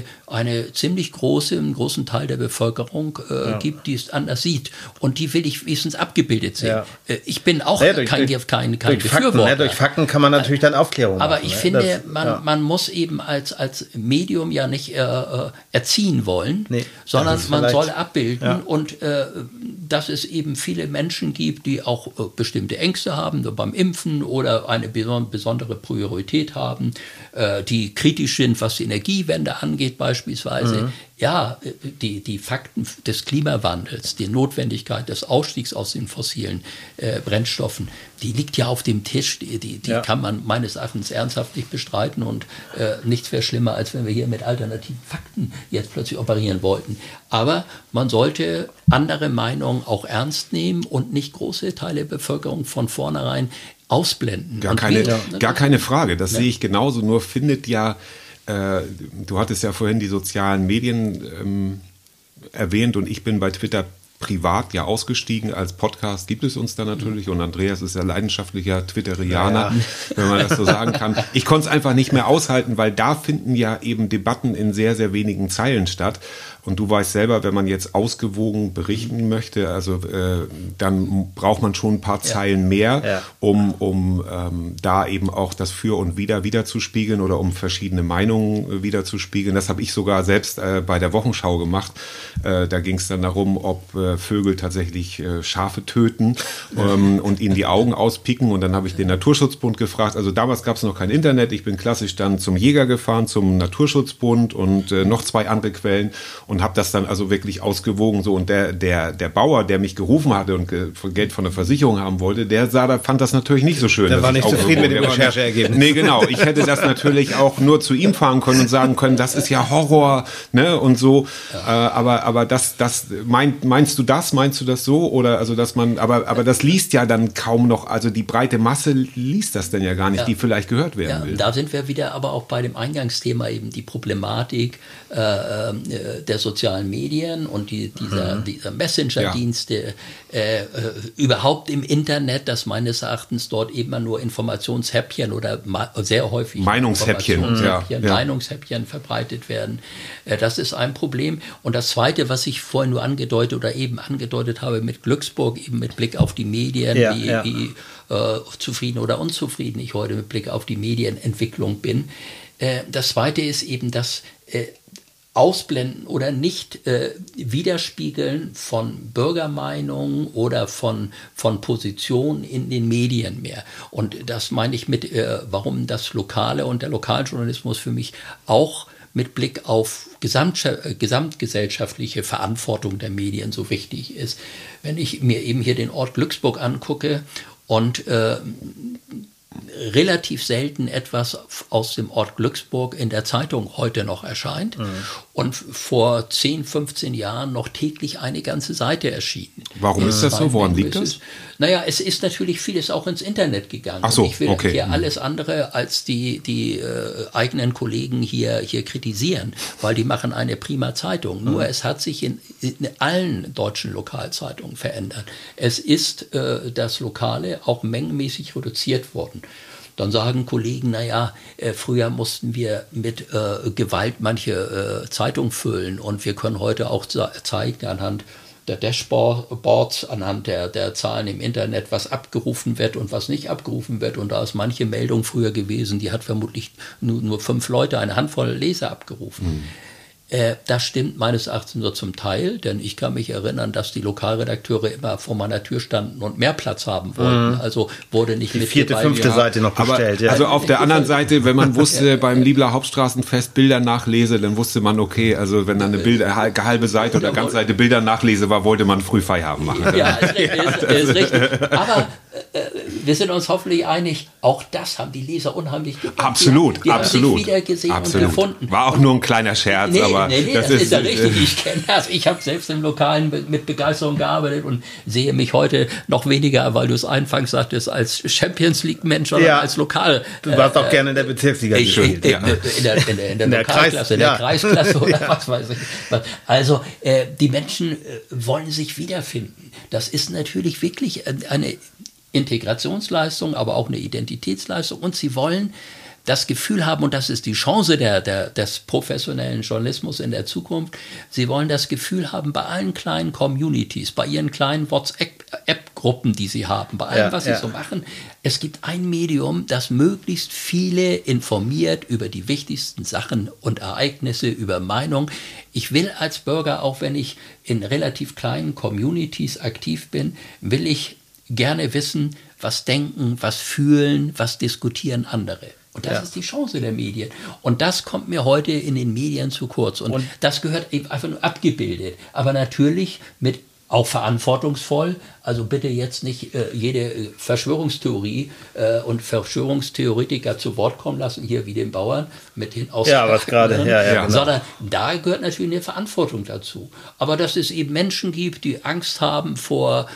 großen Teil der Bevölkerung gibt, die es anders sieht. Und die will ich wenigstens abgebildet sehen. Ja. Ich bin auch kein Befürworter. Durch Fakten kann man natürlich dann Aufklärung machen. Aber ich finde, man muss eben als Medium ja nicht erziehen wollen, sondern man soll abbilden. Ja. Und dass es eben viele Menschen gibt, die auch bestimmte Ängste haben beim Impfen oder eine besondere Priorität haben, die kritisch sind, was die Energiewende angeht beispielsweise. Ja, die Fakten des Klimawandels, die Notwendigkeit des Ausstiegs aus den fossilen Brennstoffen, die liegt ja auf dem Tisch, die kann man meines Erachtens ernsthaft nicht bestreiten und nichts wäre schlimmer, als wenn wir hier mit alternativen Fakten jetzt plötzlich operieren wollten. Aber man sollte andere Meinungen auch ernst nehmen und nicht große Teile der Bevölkerung von vornherein ausblenden. Gar keine Frage, das sehe ich genauso, nur findet ja du hattest ja vorhin die sozialen Medien erwähnt und ich bin bei Twitter privat ja ausgestiegen. Als Podcast gibt es uns da natürlich und Andreas ist ja leidenschaftlicher Twitterianer, wenn man das so sagen kann. Ich konnte es einfach nicht mehr aushalten, weil da finden ja eben Debatten in sehr, sehr wenigen Zeilen statt. Und du weißt selber, wenn man jetzt ausgewogen berichten möchte, also dann braucht man schon ein paar Zeilen mehr, um da eben auch das Für und Wider wiederzuspiegeln oder um verschiedene Meinungen wiederzuspiegeln. Das habe ich sogar selbst bei der Wochenschau gemacht. Da ging es dann darum, ob Vögel tatsächlich Schafe töten und ihnen die Augen auspicken. Und dann habe ich den Naturschutzbund gefragt. Also damals gab es noch kein Internet. Ich bin klassisch dann zum Jäger gefahren, zum Naturschutzbund und noch 2 andere Quellen. Und habe das dann also wirklich ausgewogen so und der Bauer, der mich gerufen hatte und Geld von der Versicherung haben wollte, der fand das natürlich nicht so schön. Der war nicht zufrieden mit dem Rechercheergebnis. Nee, genau. Ich hätte das natürlich auch nur zu ihm fahren können und sagen können, das ist ja Horror, ne, und so. Aber meinst du das? Meinst du das so? Oder also, dass man, aber das liest ja dann kaum noch, also die breite Masse liest das dann ja gar nicht, die vielleicht gehört werden will. Da sind wir wieder aber auch bei dem Eingangsthema eben die Problematik der sozialen Medien und dieser Messenger-Dienste überhaupt im Internet, dass meines Erachtens dort eben nur Informationshäppchen oder sehr häufig Meinungshäppchen verbreitet werden. Das ist ein Problem. Und das Zweite, was ich vorhin nur angedeutet habe mit Glücksburg, eben mit Blick auf die Medien, wie zufrieden oder unzufrieden ich heute mit Blick auf die Medienentwicklung bin. Das Zweite ist eben das Ausblenden oder nicht Widerspiegeln von Bürgermeinungen oder von Positionen in den Medien mehr. Und das meine ich mit, warum das Lokale und der Lokaljournalismus für mich auch mit Blick auf gesamtgesellschaftliche Verantwortung der Medien so wichtig ist. Wenn ich mir eben hier den Ort Glücksburg angucke und relativ selten etwas aus dem Ort Glücksburg in der Zeitung heute noch erscheint und vor 10, 15 Jahren noch täglich eine ganze Seite erschienen. Warum ist das so? Woran liegt das? Naja, es ist natürlich vieles auch ins Internet gegangen. Ach so, und ich will hier alles andere als die eigenen Kollegen hier kritisieren, weil die machen eine prima Zeitung. Nur es hat sich in allen deutschen Lokalzeitungen verändert. Es ist das Lokale auch mengenmäßig reduziert worden. Dann sagen Kollegen, früher mussten wir mit Gewalt manche Zeitung füllen und wir können heute auch zeigen anhand der Dashboards, anhand der Zahlen im Internet, was abgerufen wird und was nicht abgerufen wird. Und da ist manche Meldung früher gewesen, die hat vermutlich nur 5 Leute, eine Handvoll Leser abgerufen. Das stimmt meines Erachtens nur zum Teil, denn ich kann mich erinnern, dass die Lokalredakteure immer vor meiner Tür standen und mehr Platz haben wollten. Also wurde nicht die mit 4., 5. Seite noch bestellt. Aber, also auf der anderen Seite, wenn man wusste, beim Liebler Hauptstraßenfest Bilder nachlese, dann wusste man, okay, also wenn dann eine halbe Seite oder ganze Seite Bilder nachlese war, wollte man früh Feierabend machen. Ja, ist richtig. Aber wir sind uns hoffentlich einig, auch das haben die Leser unheimlich gekannt. Absolut, die absolut. haben sich wieder gesehen und gefunden. War auch nur ein kleiner Scherz, aber das ist ja richtig. Ich kenne das. Ich habe selbst im Lokalen mit Begeisterung gearbeitet und sehe mich heute noch weniger, weil du es anfangs sagtest, als Champions League-Mensch oder als Lokal. Du warst auch gerne in der Bezirksliga gespielt. In der Lokalklasse, in der Kreisklasse oder was weiß ich. Also die Menschen wollen sich wiederfinden. Das ist natürlich wirklich eine Integrationsleistung, aber auch eine Identitätsleistung. Und sie wollen das Gefühl haben, und das ist die Chance des professionellen Journalismus in der Zukunft, sie wollen das Gefühl haben, bei allen kleinen Communities, bei ihren kleinen WhatsApp-Gruppen, die sie haben, bei allem, was sie so machen, es gibt ein Medium, das möglichst viele informiert über die wichtigsten Sachen und Ereignisse, über Meinung. Ich will als Bürger, auch wenn ich in relativ kleinen Communities aktiv bin, will ich gerne wissen, was denken, was fühlen, was diskutieren andere. Und das ist die Chance der Medien. Und das kommt mir heute in den Medien zu kurz. Und das gehört eben einfach nur abgebildet. Aber natürlich mit auch verantwortungsvoll. Also bitte jetzt nicht jede Verschwörungstheorie und Verschwörungstheoretiker zu Wort kommen lassen, hier wie den Bauern mit den Ausgaben. Genau. Sondern da gehört natürlich eine Verantwortung dazu. Aber dass es eben Menschen gibt, die Angst haben vor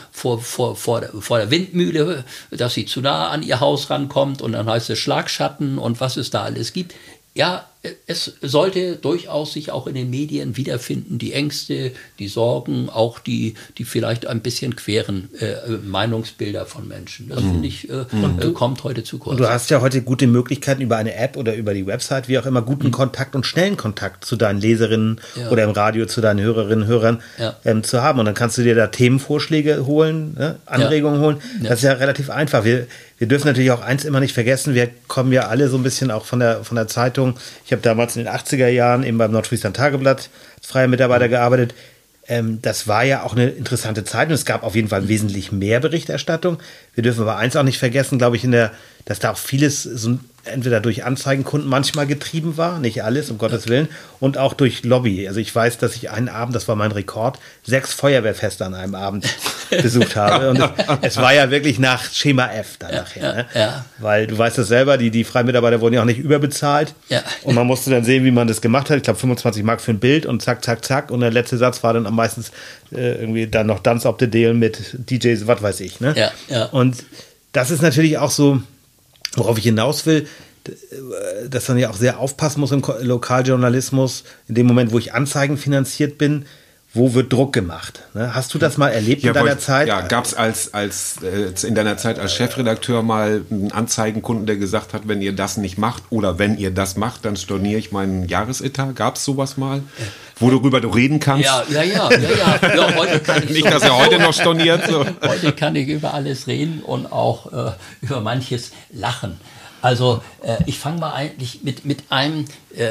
der Windmühle, dass sie zu nah an ihr Haus rankommt und dann heißt es Schlagschatten und was es da alles gibt. Ja, es sollte durchaus sich auch in den Medien wiederfinden, die Ängste, die Sorgen, auch die vielleicht ein bisschen queren Meinungsbilder von Menschen. Das finde ich, kommt heute zu kurz. Und du hast ja heute gute Möglichkeiten über eine App oder über die Website, wie auch immer, guten Kontakt und schnellen Kontakt zu deinen Leserinnen oder im Radio zu deinen Hörerinnen und Hörern zu haben. Und dann kannst du dir da Themenvorschläge holen, Anregungen holen. Das ist ja relativ einfach. Wir dürfen natürlich auch eins immer nicht vergessen, wir kommen ja alle so ein bisschen auch von der Zeitung. Ich habe damals in den 80er Jahren eben beim Nordfriesland Tageblatt als freier Mitarbeiter gearbeitet. Das war ja auch eine interessante Zeit und es gab auf jeden Fall wesentlich mehr Berichterstattung. Wir dürfen aber eins auch nicht vergessen, glaube ich, dass da auch vieles so entweder durch Anzeigenkunden manchmal getrieben war, nicht alles, um Gottes Willen, und auch durch Lobby. Also ich weiß, dass ich einen Abend, das war mein Rekord, 6 Feuerwehrfeste an einem Abend besucht habe. Und es war ja wirklich nach Schema F dann nachher. Ne? Ja. Weil du weißt es selber, die freien Mitarbeiter wurden ja auch nicht überbezahlt. Ja. Und man musste dann sehen, wie man das gemacht hat. Ich glaube 25 Mark für ein Bild und zack, zack, zack. Und der letzte Satz war dann am meistens irgendwie dann noch Dance of the Deal mit DJs, was weiß ich. Ne? Ja, ja. Und das ist natürlich auch so, worauf ich hinaus will, dass man ja auch sehr aufpassen muss im Lokaljournalismus, in dem Moment, wo ich Anzeigen finanziert bin, wo wird Druck gemacht? Ne? Hast du das mal erlebt in deiner Zeit? Ja, gab es in deiner Zeit als Chefredakteur mal einen Anzeigenkunden, der gesagt hat, wenn ihr das nicht macht oder wenn ihr das macht, dann storniere ich meinen Jahresetat? Gab es sowas mal? Worüber du reden kannst? Ja, heute kann ich nicht, dass er heute noch storniert. So. Heute kann ich über alles reden und auch über manches lachen. Also ich fange mal eigentlich mit einem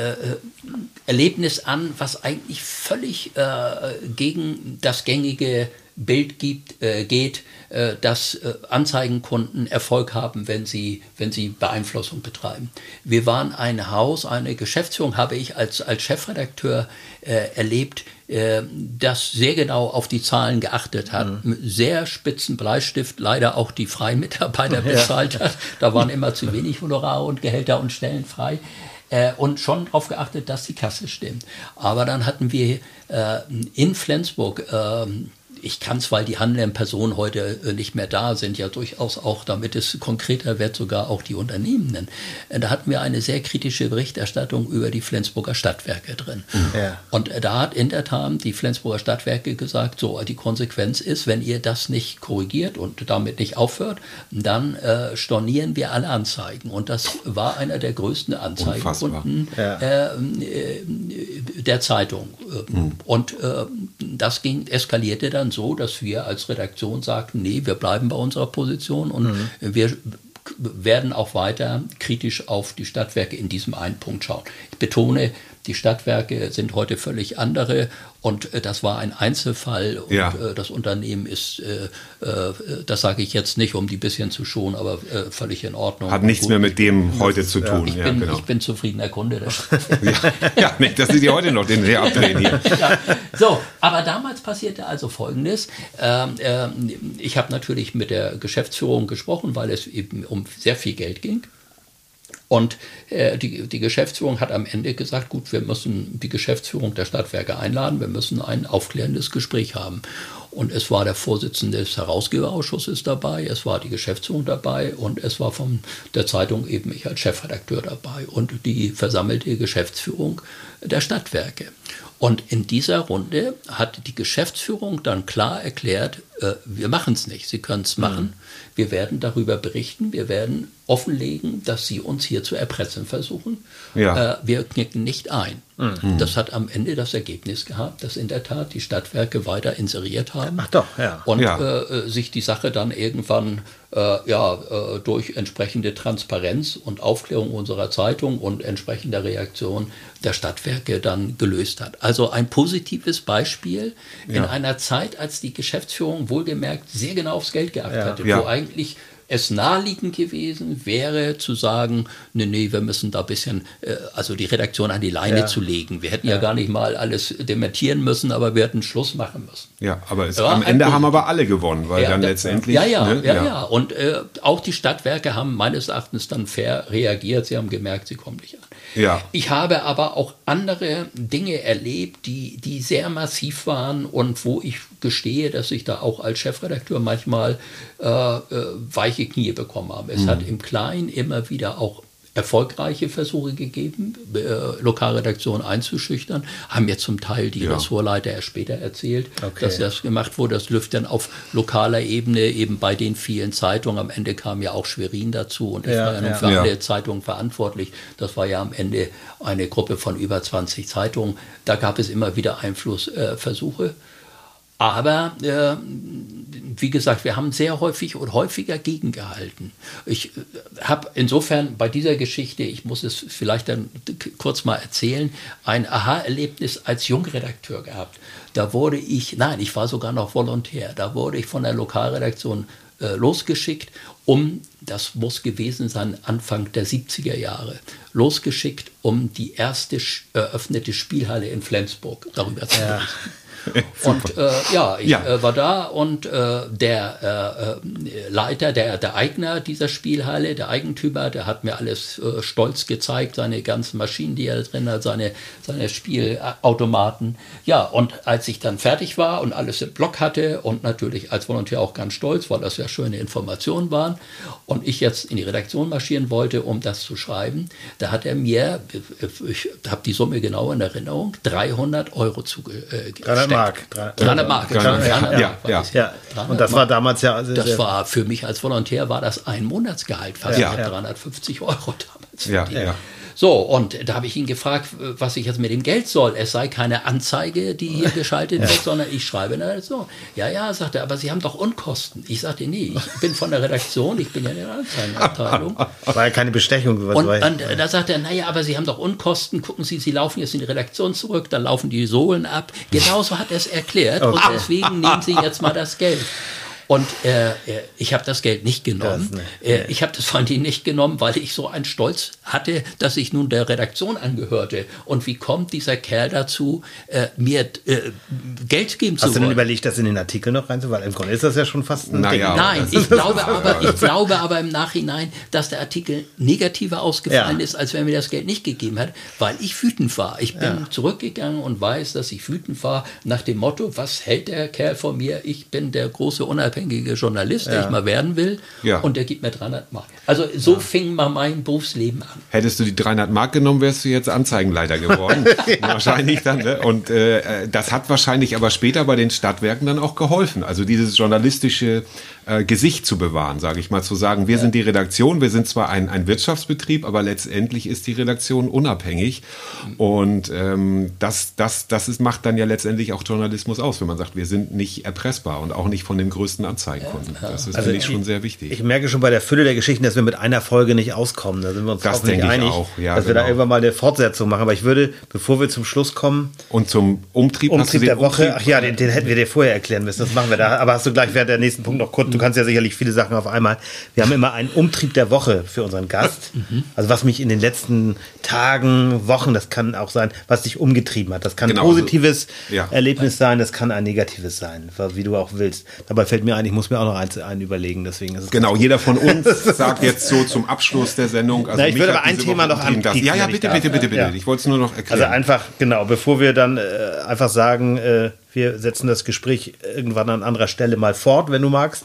Erlebnis an, was eigentlich völlig gegen das gängige Bild geht, dass Anzeigenkunden Erfolg haben, wenn sie Beeinflussung betreiben. Wir waren ein Haus, eine Geschäftsführung habe ich als Chefredakteur erlebt, das sehr genau auf die Zahlen geachtet hat, mit sehr spitzen Bleistift leider auch die freien Mitarbeiter bezahlt hat. Da waren immer zu wenig Honorare und Gehälter und Stellen frei. Und schon darauf geachtet, dass die Kasse stimmt. Aber dann hatten wir in Flensburg, ich kann es, weil die handelnden Personen heute nicht mehr da sind, ja durchaus auch, damit es konkreter wird, sogar auch die Unternehmen nennen. Da hatten wir eine sehr kritische Berichterstattung über die Flensburger Stadtwerke drin. Ja. Und da hat in der Tat die Flensburger Stadtwerke gesagt, so, die Konsequenz ist, wenn ihr das nicht korrigiert und damit nicht aufhört, dann stornieren wir alle Anzeigen. Und das war einer der größten Anzeigenkunden der Zeitung. Und das eskalierte dann so, dass wir als Redaktion sagten, nee, wir bleiben bei unserer Position und wir werden auch weiter kritisch auf die Stadtwerke in diesem einen Punkt schauen. Ich betone, die Stadtwerke sind heute völlig andere und das war ein Einzelfall und das Unternehmen ist, das sage ich jetzt nicht, um die bisschen zu schonen, aber völlig in Ordnung. Hat nichts mehr mit dem heute zu tun. Ich bin zufriedener Kunde der Stadtwerke. Nicht, dass Sie heute noch den See abdrehen hier. So, aber damals passierte also Folgendes. Ich habe natürlich mit der Geschäftsführung gesprochen, weil es eben um sehr viel Geld ging. Und die Geschäftsführung hat am Ende gesagt, gut, wir müssen die Geschäftsführung der Stadtwerke einladen, wir müssen ein aufklärendes Gespräch haben. Und es war der Vorsitzende des Herausgeberausschusses dabei, es war die Geschäftsführung dabei und es war von der Zeitung eben ich als Chefredakteur dabei und die versammelte Geschäftsführung der Stadtwerke. Und in dieser Runde hat die Geschäftsführung dann klar erklärt, wir machen es nicht, Sie können es machen, wir werden darüber berichten, wir werden offenlegen, dass Sie uns hier zu erpressen versuchen. Ja. Wir knicken nicht ein. Das hat am Ende das Ergebnis gehabt, dass in der Tat die Stadtwerke weiter inseriert haben. Ach doch, ja. Und sich die Sache dann irgendwann durch entsprechende Transparenz und Aufklärung unserer Zeitung und entsprechender Reaktion der Stadtwerke dann gelöst hat. Also ein positives Beispiel in einer Zeit, als die Geschäftsführung wohlgemerkt sehr genau aufs Geld geachtet hatte, wo eigentlich es naheliegend gewesen wäre, zu sagen, nee, wir müssen da ein bisschen, also die Redaktion an die Leine zu legen. Wir hätten ja gar nicht mal alles dementieren müssen, aber wir hätten Schluss machen müssen. Ja, aber am Ende haben aber alle gewonnen, weil dann letztendlich... Ja. Und auch die Stadtwerke haben meines Erachtens dann fair reagiert. Sie haben gemerkt, sie kommen nicht an. Ja. Ich habe aber auch andere Dinge erlebt, die sehr massiv waren und wo ich gestehe, dass ich da auch als Chefredakteur manchmal weiche Knie bekommen habe. Es hat im Kleinen immer wieder auch erfolgreiche Versuche gegeben, Lokalredaktionen einzuschüchtern, haben mir zum Teil die Ressortleiter erst später erzählt, dass das gemacht wurde. Das läuft dann auf lokaler Ebene, eben bei den vielen Zeitungen. Am Ende kam ja auch Schwerin dazu und ich war ja nun für alle Zeitungen verantwortlich. Das war ja am Ende eine Gruppe von über 20 Zeitungen. Da gab es immer wieder Einflussversuche. Aber wie gesagt, wir haben sehr häufig und häufiger gegengehalten. Ich habe insofern bei dieser Geschichte, ich muss es vielleicht dann kurz mal erzählen, ein Aha-Erlebnis als Jungredakteur gehabt. Ich war sogar noch Volontär, da wurde ich von der Lokalredaktion losgeschickt, das muss gewesen sein, Anfang der 70er Jahre, losgeschickt, um die erste eröffnete Spielhalle in Flensburg darüber zu berichten. Und ich war da und der Leiter, der Eigner dieser Spielhalle, der Eigentümer, der hat mir alles stolz gezeigt, seine ganzen Maschinen, die er drin hat, seine Spielautomaten. Ja, und als ich dann fertig war und alles im Block hatte und natürlich als Volontär auch ganz stolz, weil das ja schöne Informationen waren und ich jetzt in die Redaktion marschieren wollte, um das zu schreiben, da hat er mir, ich habe die Summe genau in Erinnerung, 300 € zugesteckt. 300 Mark. Ja. Und das war damals ja... Das war für mich als Volontär war das ein Monatsgehalt fast. Ich habe 350 € damals verdient. Ja. So, und da habe ich ihn gefragt, was ich jetzt mit dem Geld soll. Es sei keine Anzeige, die hier geschaltet wird, sondern ich schreibe dann so. Ja, sagt er, aber Sie haben doch Unkosten. Ich sagte, nee, ich bin von der Redaktion, ich bin ja in der Anzeigenabteilung. War ja keine Bestechung. Und da sagt er, naja, aber Sie haben doch Unkosten. Gucken Sie, Sie laufen jetzt in die Redaktion zurück, dann laufen die Sohlen ab. Genauso hat er es erklärt und deswegen nehmen Sie jetzt mal das Geld. Und ich habe das Geld nicht genommen. Ich habe das von denen nicht genommen, weil ich so einen Stolz hatte, dass ich nun der Redaktion angehörte. Und wie kommt dieser Kerl dazu, mir Geld geben zu wollen? Hast du denn überlegt, das in den Artikel noch reinzuholen? Weil im Grunde ist das ja schon fast ein Ding. Nein, ich glaube aber im Nachhinein, dass der Artikel negativer ausgefallen ist, als wenn mir das Geld nicht gegeben hat, weil ich wütend war. Ich bin zurückgegangen und weiß, dass ich wütend war nach dem Motto, was hält der Kerl von mir? Ich bin der große unabhängige Journalist, der ich mal werden will, und der gibt mir 300 Mark. Also so fing mal mein Berufsleben an. Hättest du die 300 Mark genommen, wärst du jetzt Anzeigenleiter geworden. Wahrscheinlich dann. Ne? Und das hat wahrscheinlich aber später bei den Stadtwerken dann auch geholfen. Also dieses journalistische Gesicht zu bewahren, sage ich mal, zu sagen, wir sind die Redaktion, wir sind zwar ein Wirtschaftsbetrieb, aber letztendlich ist die Redaktion unabhängig. Und das macht dann ja letztendlich auch Journalismus aus, wenn man sagt, wir sind nicht erpressbar und auch nicht von dem größten Anzeigenkunden. Das ist, finde ich, schon sehr wichtig. Ich merke schon bei der Fülle der Geschichten, dass wir mit einer Folge nicht auskommen. Da sind wir uns auch nicht einig, dass wir da irgendwann mal eine Fortsetzung machen. Aber ich würde, bevor wir zum Schluss kommen... Und zum Umtrieb der Woche, den hätten wir dir vorher erklären müssen. Das machen wir da. Aber hast du gleich während der nächsten Punkt noch kurz... Du kannst ja sicherlich viele Sachen auf einmal. Wir haben immer einen Umtrieb der Woche für unseren Gast. Also was mich in den letzten Tagen, Wochen, das kann auch sein, was dich umgetrieben hat. Das kann ein positives Erlebnis sein, das kann ein negatives sein, wie du auch willst. Dabei fällt mir ein, ich muss mir auch noch einen überlegen. Deswegen ist es jeder von uns sagt jetzt so zum Abschluss der Sendung. Also ich würde aber ein Thema noch anbieten. Ja, bitte. Ich wollte es nur noch erklären. Also einfach, bevor wir dann einfach sagen, wir setzen das Gespräch irgendwann an anderer Stelle mal fort, wenn du magst,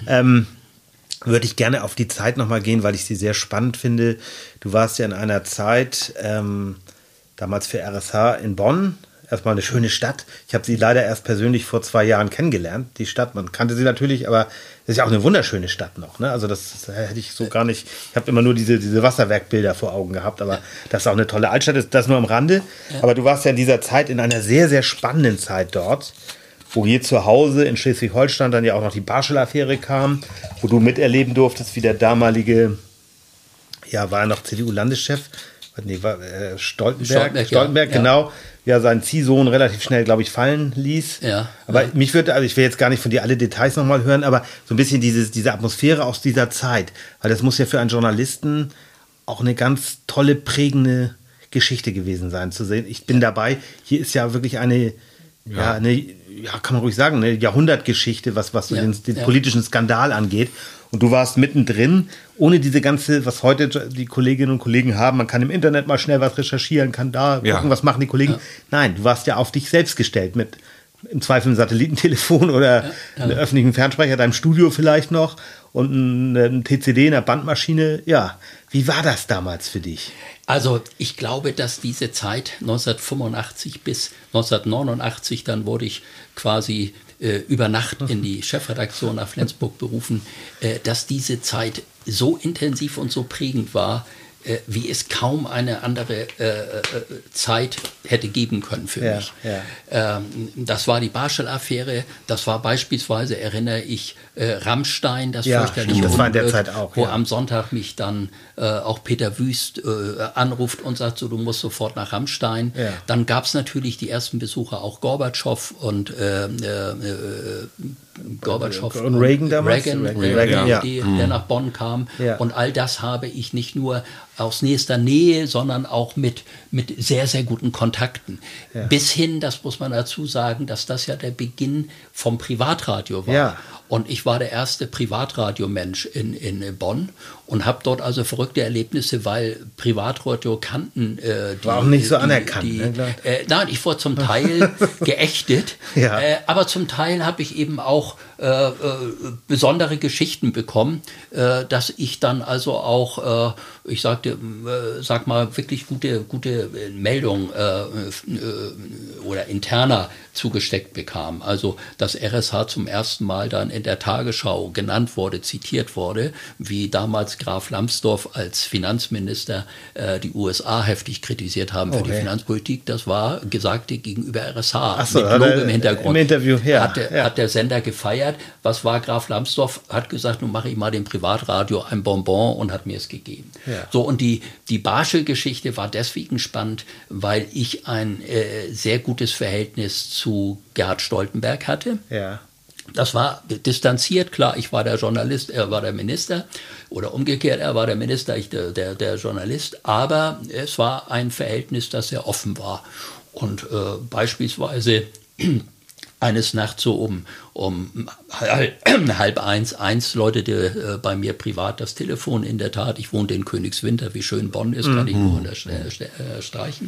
würde ich gerne auf die Zeit nochmal gehen, weil ich sie sehr spannend finde. Du warst ja in einer Zeit, damals für RSH in Bonn, erstmal eine schöne Stadt. Ich habe sie leider erst persönlich vor 2 Jahren kennengelernt, die Stadt. Man kannte sie natürlich, aber es ist ja auch eine wunderschöne Stadt noch. Ne? Also das hätte ich so gar nicht, ich habe immer nur diese Wasserwerkbilder vor Augen gehabt, aber das ist auch eine tolle Altstadt, das nur am Rande. Ja. Aber du warst ja in dieser Zeit, in einer sehr, sehr spannenden Zeit dort, wo hier zu Hause in Schleswig-Holstein dann ja auch noch die Barschel-Affäre kam, wo du miterleben durftest, wie der damalige, war er noch CDU-Landeschef, Stoltenberg, genau, seinen Ziehsohn relativ schnell, glaube ich, fallen ließ. Ja. Aber mich würde, ich will jetzt gar nicht von dir alle Details nochmal hören, aber so ein bisschen diese Atmosphäre aus dieser Zeit, weil das muss ja für einen Journalisten auch eine ganz tolle, prägende Geschichte gewesen sein, zu sehen. Ich bin dabei, hier ist ja wirklich eine kann man ruhig sagen, eine Jahrhundertgeschichte, was so den politischen Skandal angeht. Und du warst mittendrin, ohne diese ganze, was heute die Kolleginnen und Kollegen haben, man kann im Internet mal schnell was recherchieren, kann da gucken, was machen die Kollegen. Ja. Nein, du warst ja auf dich selbst gestellt mit im Zweifel einem Satellitentelefon oder einem öffentlichen Fernsprecher, deinem Studio vielleicht noch und einem TCD, einer Bandmaschine. Ja, wie war das damals für dich? Also ich glaube, dass diese Zeit 1985 bis 1989, dann wurde ich quasi über Nacht in die Chefredaktion nach Flensburg berufen, dass diese Zeit so intensiv und so prägend war, wie es kaum eine andere Zeit hätte geben können für mich. Ja. Das war die Barschel-Affäre, das war beispielsweise, erinnere ich, Rammstein, das fürchterliche das war in der Zeit auch, wo am Sonntag mich dann auch Peter Wüst anruft und sagt, so, du musst sofort nach Rammstein. Ja. Dann gab es natürlich die ersten Besucher, auch Gorbatschow und Gorbatschow und Reagan damals? Reagan, ja. Der nach Bonn kam. Ja. Und all das habe ich nicht nur aus nächster Nähe, sondern auch mit sehr, sehr guten Kontakten. Ja. Bis hin, das muss man dazu sagen, dass das ja der Beginn vom Privatradio war. Ja. Und ich war der erste Privatradiomensch in Bonn und habe dort also verrückte Erlebnisse, weil Privatradio kannten. War auch nicht so anerkannt. Nein, ich wurde zum Teil geächtet, ja. Aber zum Teil habe ich eben auch besondere Geschichten bekommen, dass ich dann also auch, sag mal, wirklich gute Meldungen oder interner zugesteckt bekam. Also, dass RSH zum ersten Mal dann in der Tagesschau genannt wurde, zitiert wurde, wie damals Graf Lambsdorff als Finanzminister die USA heftig kritisiert haben für die Finanzpolitik. Das war Gesagte gegenüber RSH. So, mit Logo im Hintergrund. Im Interview, hat der Sender gefeiert. Was war Graf Lambsdorff? Hat gesagt, nun mache ich mal dem Privatradio ein Bonbon und hat mir es gegeben. Ja. So, und die Barschel-Geschichte war deswegen spannend, weil ich ein sehr gutes Verhältnis zu Gerhard Stoltenberg hatte. Ja. Das war distanziert, klar, ich war der Journalist, er war der Minister oder umgekehrt, er war der Minister, ich der Journalist, aber es war ein Verhältnis, das sehr offen war. Und beispielsweise eines Nachts so um 1:30 läutete bei mir privat das Telefon in der Tat. Ich wohnte in Königswinter, wie schön Bonn ist, kann ich nur unterstreichen.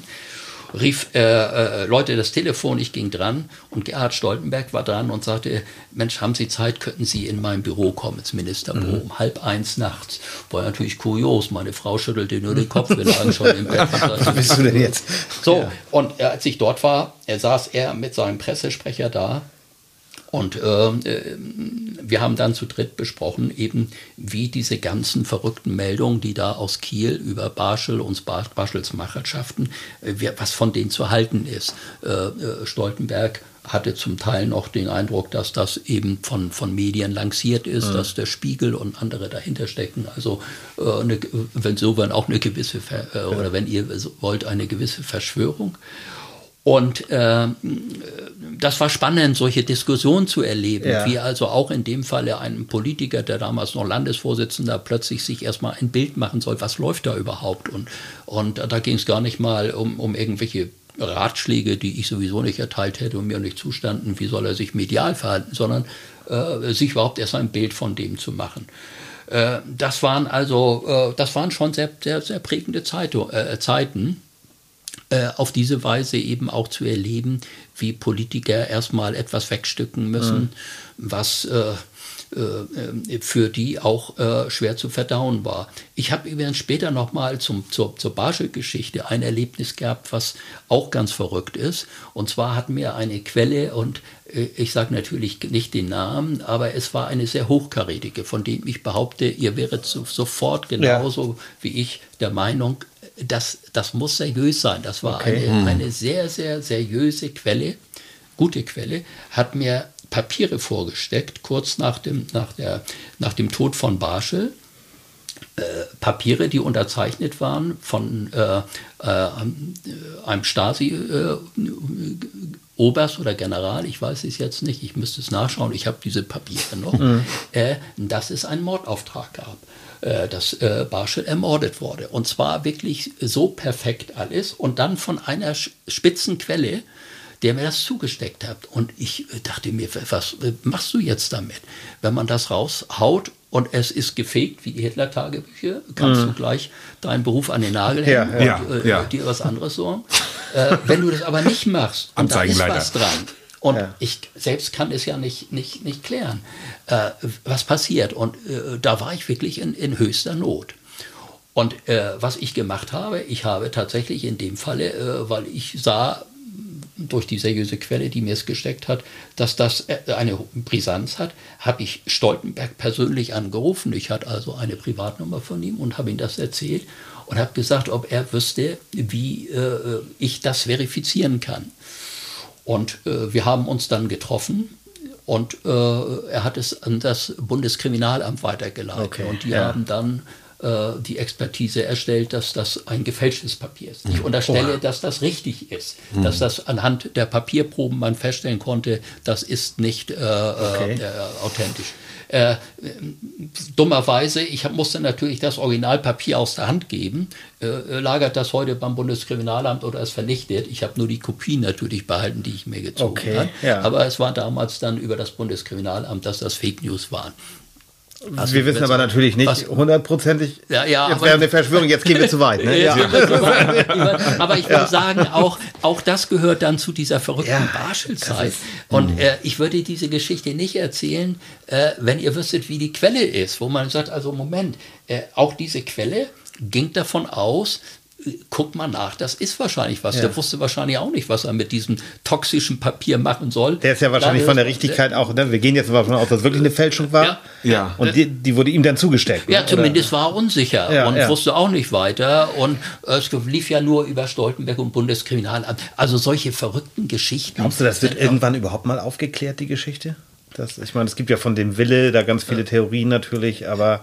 Leute das Telefon, ich ging dran und Gerhard Stoltenberg war dran und sagte, Mensch, haben Sie Zeit, könnten Sie in mein Büro kommen, ins Ministerbüro, um 1:30 nachts. War natürlich kurios, meine Frau schüttelte nur den Kopf, wir lagen schon im Bett. Was bist du denn jetzt? So, ja. Und als ich dort war, saß er mit seinem Pressesprecher da. Und wir haben dann zu dritt besprochen, eben wie diese ganzen verrückten Meldungen, die da aus Kiel über Barschel und Barschels Machenschaften, was von denen zu halten ist. Stoltenberg hatte zum Teil noch den Eindruck, dass das eben von Medien lanciert ist, dass der Spiegel und andere dahinter stecken. Also wenn auch eine gewisse, oder wenn ihr wollt, eine gewisse Verschwörung. Und das war spannend, solche Diskussionen zu erleben, wie also auch in dem Falle ein Politiker, der damals noch Landesvorsitzender, plötzlich sich erstmal ein Bild machen soll, was läuft da überhaupt? Und da ging es gar nicht mal um irgendwelche Ratschläge, die ich sowieso nicht erteilt hätte und mir nicht zustanden, wie soll er sich medial verhalten, sondern sich überhaupt erst ein Bild von dem zu machen. Das waren schon sehr, sehr, sehr prägende Zeiten. Auf diese Weise eben auch zu erleben, wie Politiker erstmal etwas wegstücken müssen, was für die auch schwer zu verdauen war. Ich habe übrigens später nochmal zur Barschel-Geschichte ein Erlebnis gehabt, was auch ganz verrückt ist. Und zwar hat mir eine Quelle, und ich sage natürlich nicht den Namen, aber es war eine sehr hochkarätige, von dem ich behaupte, ihr wäret sofort genauso wie ich der Meinung, das muss seriös sein. Das war eine sehr, sehr seriöse Quelle, gute Quelle, hat mir Papiere vorgesteckt, kurz nach dem Tod von Barschel. Papiere, die unterzeichnet waren von einem Stasi-Oberst oder General, ich weiß es jetzt nicht, ich müsste es nachschauen, ich habe diese Papiere noch, dass es einen Mordauftrag gab, dass Barschel ermordet wurde. Und zwar wirklich so perfekt alles und dann von einer spitzen Quelle, der mir das zugesteckt hat. Und ich dachte mir, was machst du jetzt damit? Wenn man das raushaut und es ist gefegt, wie die Hitler-Tagebücher, kannst du gleich deinen Beruf an den Nagel hängen und dir was anderes sorgen. Wenn du das aber nicht machst und da ist was dran, und ich selbst kann es ja nicht klären, was passiert. Und da war ich wirklich in höchster Not. Und was ich gemacht habe, ich habe tatsächlich in dem Falle, weil ich sah, durch die seriöse Quelle, die mir es gesteckt hat, dass das eine Brisanz hat, habe ich Stoltenberg persönlich angerufen. Ich hatte also eine Privatnummer von ihm und habe ihm das erzählt und habe gesagt, ob er wüsste, wie ich das verifizieren kann. Und wir haben uns dann getroffen und er hat es an das Bundeskriminalamt weitergeleitet. Und die haben dann die Expertise erstellt, dass das ein gefälschtes Papier ist. Ich unterstelle, dass das richtig ist, dass das anhand der Papierproben man feststellen konnte, das ist nicht authentisch. Dummerweise, ich musste natürlich das Originalpapier aus der Hand geben, lagert das heute beim Bundeskriminalamt oder ist vernichtet. Ich habe nur die Kopien natürlich behalten, die ich mir gezogen habe. Ja. Aber es war damals dann über das Bundeskriminalamt, dass das Fake News waren. Also wir wissen aber natürlich nicht hundertprozentig, jetzt wäre eine Verschwörung, jetzt gehen wir zu weit. Ne? Aber ich würde sagen, auch das gehört dann zu dieser verrückten Barschel-Zeit. Und ich würde diese Geschichte nicht erzählen, wenn ihr wüsstet, wie die Quelle ist, wo man sagt, also Moment, auch diese Quelle ging davon aus, guck mal nach, das ist wahrscheinlich was. Der wusste wahrscheinlich auch nicht, was er mit diesem toxischen Papier machen soll. Der ist ja wahrscheinlich von der Richtigkeit auch, ne? Wir gehen jetzt davon aus, dass es wirklich eine Fälschung war. Ja. Und die wurde ihm dann zugesteckt. Ja, zumindest war er unsicher und wusste auch nicht weiter. Und es lief ja nur über Stoltenberg und Bundeskriminalamt. Also solche verrückten Geschichten. Glaubst du, das wird irgendwann überhaupt mal aufgeklärt, die Geschichte? Ich meine, es gibt ja von dem Wille da ganz viele Theorien natürlich, aber...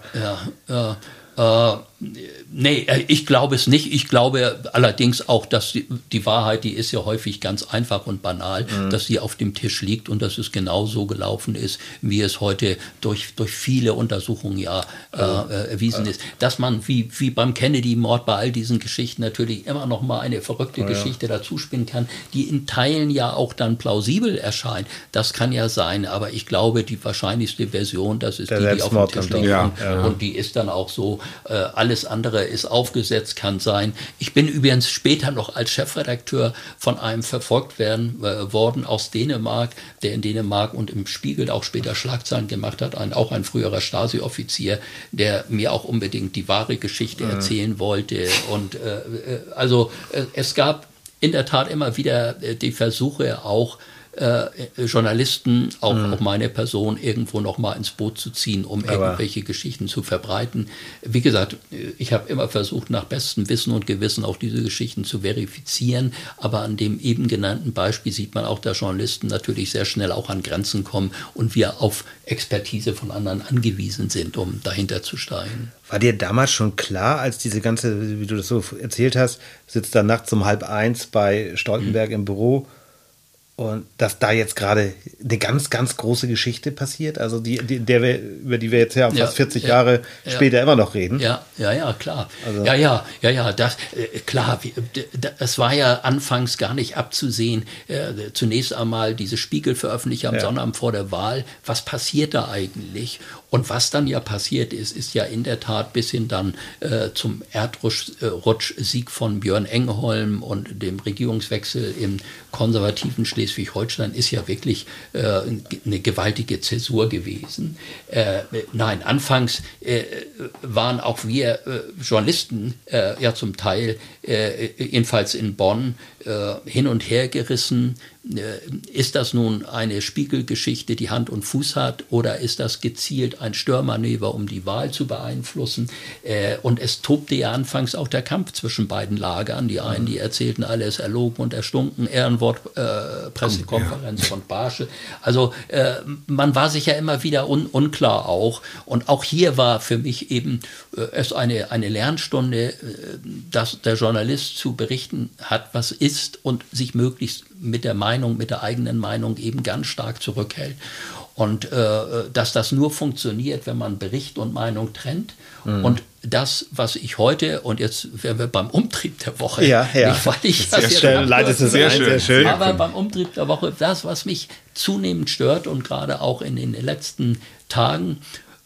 Nee, ich glaube es nicht. Ich glaube allerdings auch, dass die Wahrheit, die ist ja häufig ganz einfach und banal, dass sie auf dem Tisch liegt und dass es genau so gelaufen ist, wie es heute durch viele Untersuchungen erwiesen ist. Dass man wie beim Kennedy-Mord bei all diesen Geschichten natürlich immer noch mal eine verrückte Geschichte dazu spinnen kann, die in Teilen ja auch dann plausibel erscheint. Das kann ja sein, aber ich glaube, die wahrscheinlichste Version, das ist die auf dem Tisch liegt. Und die ist dann auch so, alles andere ist aufgesetzt, kann sein. Ich bin übrigens später noch als Chefredakteur von einem verfolgt worden aus Dänemark, der in Dänemark und im Spiegel auch später Schlagzeilen gemacht hat, auch ein früherer Stasi-Offizier, der mir auch unbedingt die wahre Geschichte erzählen wollte. Und es gab in der Tat immer wieder die Versuche auch, Journalisten, auch meine Person, irgendwo noch mal ins Boot zu ziehen, um irgendwelche Geschichten zu verbreiten. Wie gesagt, ich habe immer versucht, nach bestem Wissen und Gewissen auch diese Geschichten zu verifizieren, aber an dem eben genannten Beispiel sieht man auch, dass Journalisten natürlich sehr schnell auch an Grenzen kommen und wir auf Expertise von anderen angewiesen sind, um dahinter zu steigen. War dir damals schon klar, als diese ganze, wie du das so erzählt hast, sitzt da nachts um 12:30 bei Stoltenberg im Büro, und dass da jetzt gerade eine ganz, ganz große Geschichte passiert, also über die wir jetzt fast 40 Jahre später immer noch reden. Ja, klar. Also. Das war ja anfangs gar nicht abzusehen. Zunächst einmal diese Spiegelveröffentlichung am Sonnabend vor der Wahl. Was passiert da eigentlich? Und was dann ja passiert ist ja in der Tat bis hin dann zum Erdrutsch-Sieg von Björn Engholm und dem Regierungswechsel im konservativen Schleswig-Holstein ist ja wirklich eine gewaltige Zäsur gewesen. Nein, anfangs waren auch wir Journalisten zum Teil, jedenfalls in Bonn, hin und her gerissen. Ist das nun eine Spiegelgeschichte, die Hand und Fuß hat, oder ist das gezielt ein Störmanöver, um die Wahl zu beeinflussen? Und es tobte ja anfangs auch der Kampf zwischen beiden Lagern. Die einen, die erzählten, alles erlogen und erstunken, Ehrenwort, Pressekonferenz von Barschel. Also man war sich ja immer wieder unklar auch. Und auch hier war für mich eben es eine Lernstunde, dass der Journalist zu berichten hat, was ist, und sich möglichst mit der eigenen Meinung eben ganz stark zurückhält. Und dass das nur funktioniert, wenn man Bericht und Meinung trennt. Und das, was ich heute, und jetzt wären wir beim Umtrieb der Woche, nicht, weil ich das jetzt sehr schön. Aber beim Umtrieb der Woche, das, was mich zunehmend stört und gerade auch in den letzten Tagen,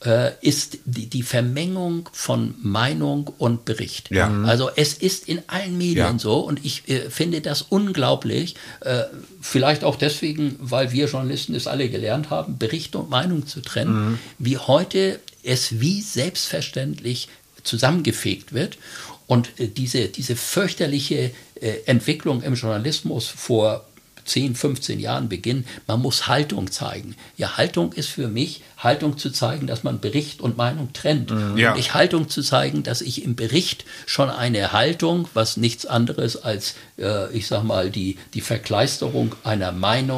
ist die Vermengung von Meinung und Bericht. Ja. Also es ist in allen Medien so, und ich finde das unglaublich, vielleicht auch deswegen, weil wir Journalisten es alle gelernt haben, Bericht und Meinung zu trennen, wie heute es wie selbstverständlich zusammengefegt wird. Und diese fürchterliche Entwicklung im Journalismus vor 10, 15 Jahren beginnen, man muss Haltung zeigen. Ja, Haltung ist für mich, Haltung zu zeigen, dass man Bericht und Meinung trennt. Ja. Und nicht Haltung zu zeigen, dass ich im Bericht schon eine Haltung, was nichts anderes als, ich sag mal, die Verkleisterung einer Meinung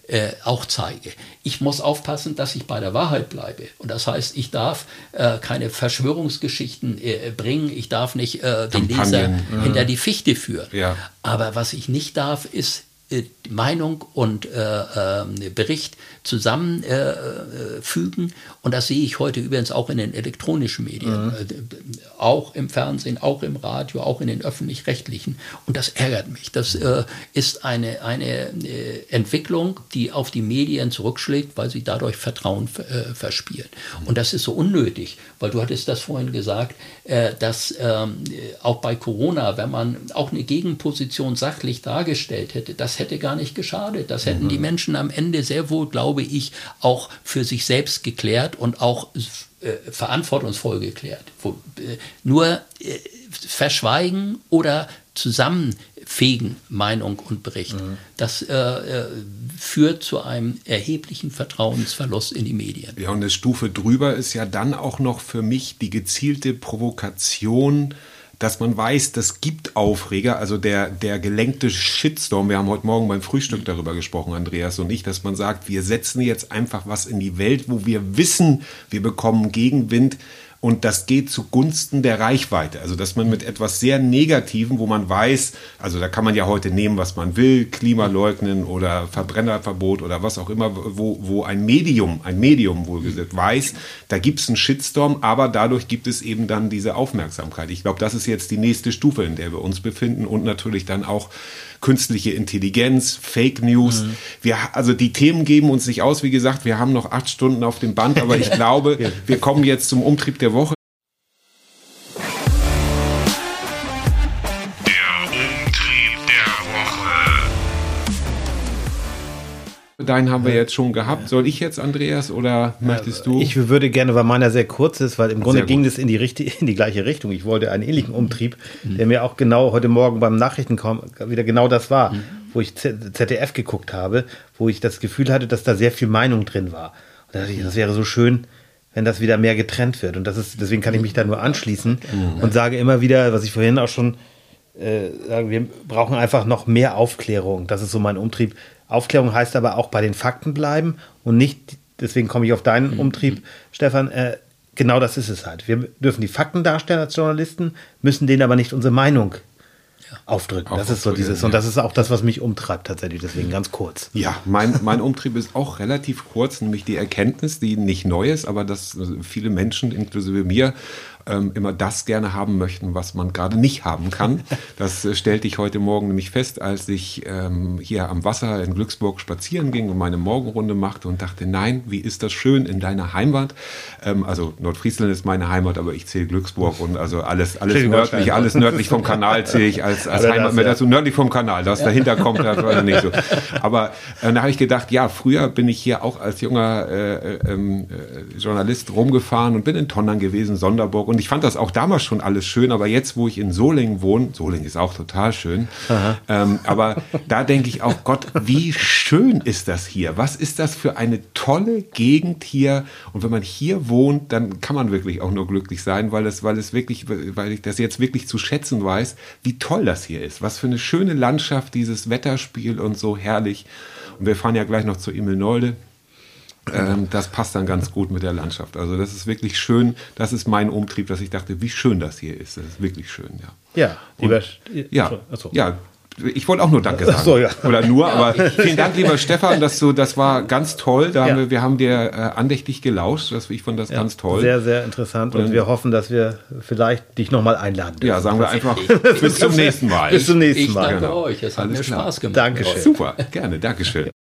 auch zeige. Ich muss aufpassen, dass ich bei der Wahrheit bleibe. Und das heißt, ich darf keine Verschwörungsgeschichten bringen, ich darf nicht den Leser hinter die Fichte führen. Ja. Aber was ich nicht darf, ist Meinung und Bericht zusammenfügen. Und das sehe ich heute übrigens auch in den elektronischen Medien. Auch im Fernsehen, auch im Radio, auch in den öffentlich-rechtlichen. Und das ärgert mich. Das ist eine Entwicklung, die auf die Medien zurückschlägt, weil sie dadurch Vertrauen verspielen. Und das ist so unnötig, weil du hattest das vorhin gesagt, dass auch bei Corona, wenn man auch eine Gegenposition sachlich dargestellt hätte, das hätte gar nicht geschadet. Das hätten die Menschen am Ende sehr wohl, glaube ich, auch für sich selbst geklärt und auch verantwortungsvoll geklärt. Nur verschweigen oder zusammenfegen Meinung und Bericht, das führt zu einem erheblichen Vertrauensverlust in die Medien. Ja, und eine Stufe drüber ist ja dann auch noch für mich die gezielte Provokation, dass man weiß, das gibt Aufreger, also der gelenkte Shitstorm, wir haben heute Morgen beim Frühstück darüber gesprochen, Andreas und ich, dass man sagt, wir setzen jetzt einfach was in die Welt, wo wir wissen, wir bekommen Gegenwind und das geht zugunsten der Reichweite. Also dass man mit etwas sehr Negativem, wo man weiß, also da kann man ja heute nehmen, was man will, Klimaleugnen oder Verbrennerverbot oder was auch immer, wo ein Medium wohlgesetzt weiß, da gibt es einen Shitstorm, aber dadurch gibt es eben dann diese Aufmerksamkeit. Ich glaube, das ist jetzt die nächste Stufe, in der wir uns befinden und natürlich dann auch künstliche Intelligenz, Fake News. Also die Themen geben uns nicht aus. Wie gesagt, wir haben noch 8 Stunden auf dem Band, aber ich glaube, wir kommen jetzt zum Umtrieb der Woche. Deinen haben wir jetzt schon gehabt. Soll ich jetzt, Andreas, oder möchtest du? Ich würde gerne, weil meiner sehr kurz ist, weil im Grunde ging es in die gleiche Richtung. Ich wollte einen ähnlichen Umtrieb, der mir auch genau heute Morgen beim Nachrichtenkommen wieder genau das war, wo ich ZDF geguckt habe, wo ich das Gefühl hatte, dass da sehr viel Meinung drin war. Und da dachte ich, das wäre so schön, wenn das wieder mehr getrennt wird. Und deswegen kann ich mich da nur anschließen und sage immer wieder, was ich vorhin auch schon sage, wir brauchen einfach noch mehr Aufklärung. Das ist so mein Umtrieb. Aufklärung heißt aber auch bei den Fakten bleiben und nicht, deswegen komme ich auf deinen Umtrieb, Stefan, genau das ist es halt. Wir dürfen die Fakten darstellen als Journalisten, müssen denen aber nicht unsere Meinung aufdrücken. Das ist so dieses, und das ist auch das, was mich umtreibt tatsächlich, deswegen ganz kurz. Ja, mein Umtrieb ist auch relativ kurz, nämlich die Erkenntnis, die nicht neu ist, aber dass viele Menschen, inklusive mir, immer das gerne haben möchten, was man gerade nicht haben kann. Das stellte ich heute Morgen nämlich fest, als ich hier am Wasser in Glücksburg spazieren ging und meine Morgenrunde machte und dachte, nein, wie ist das schön in deiner Heimat? Also Nordfriesland ist meine Heimat, aber ich zähle Glücksburg und also alles nördlich vom Kanal zähle ich als Heimat mit dazu. Nördlich vom Kanal, das dahinter kommt, das war nicht so. Aber da habe ich gedacht, ja, früher bin ich hier auch als junger Journalist rumgefahren und bin in Tonnern gewesen, Sonderburg, und ich fand das auch damals schon alles schön, aber jetzt, wo ich in Solingen wohne, Solingen ist auch total schön, aber da denke ich auch, Gott, wie schön ist das hier? Was ist das für eine tolle Gegend hier? Und wenn man hier wohnt, dann kann man wirklich auch nur glücklich sein, weil ich das jetzt wirklich zu schätzen weiß, wie toll das hier ist. Was für eine schöne Landschaft, dieses Wetterspiel und so herrlich. Und wir fahren ja gleich noch zu Imelnolde. Das passt dann ganz gut mit der Landschaft. Also das ist wirklich schön. Das ist mein Umtrieb, dass ich dachte, wie schön das hier ist. Das ist wirklich schön, ja. Ja, ich wollte auch nur Danke sagen. So, ja. Oder nur, aber vielen Dank, lieber Stefan, das war ganz toll. Wir haben dir andächtig gelauscht. Ich fand das ganz toll. Sehr, sehr interessant. Und wir hoffen, dass wir vielleicht dich nochmal einladen dürfen. Ja, sagen wir einfach bis zum nächsten Mal. Bis zum nächsten Mal. Ich danke euch. Es hat mir Spaß gemacht. Dankeschön. Super, gerne. Dankeschön.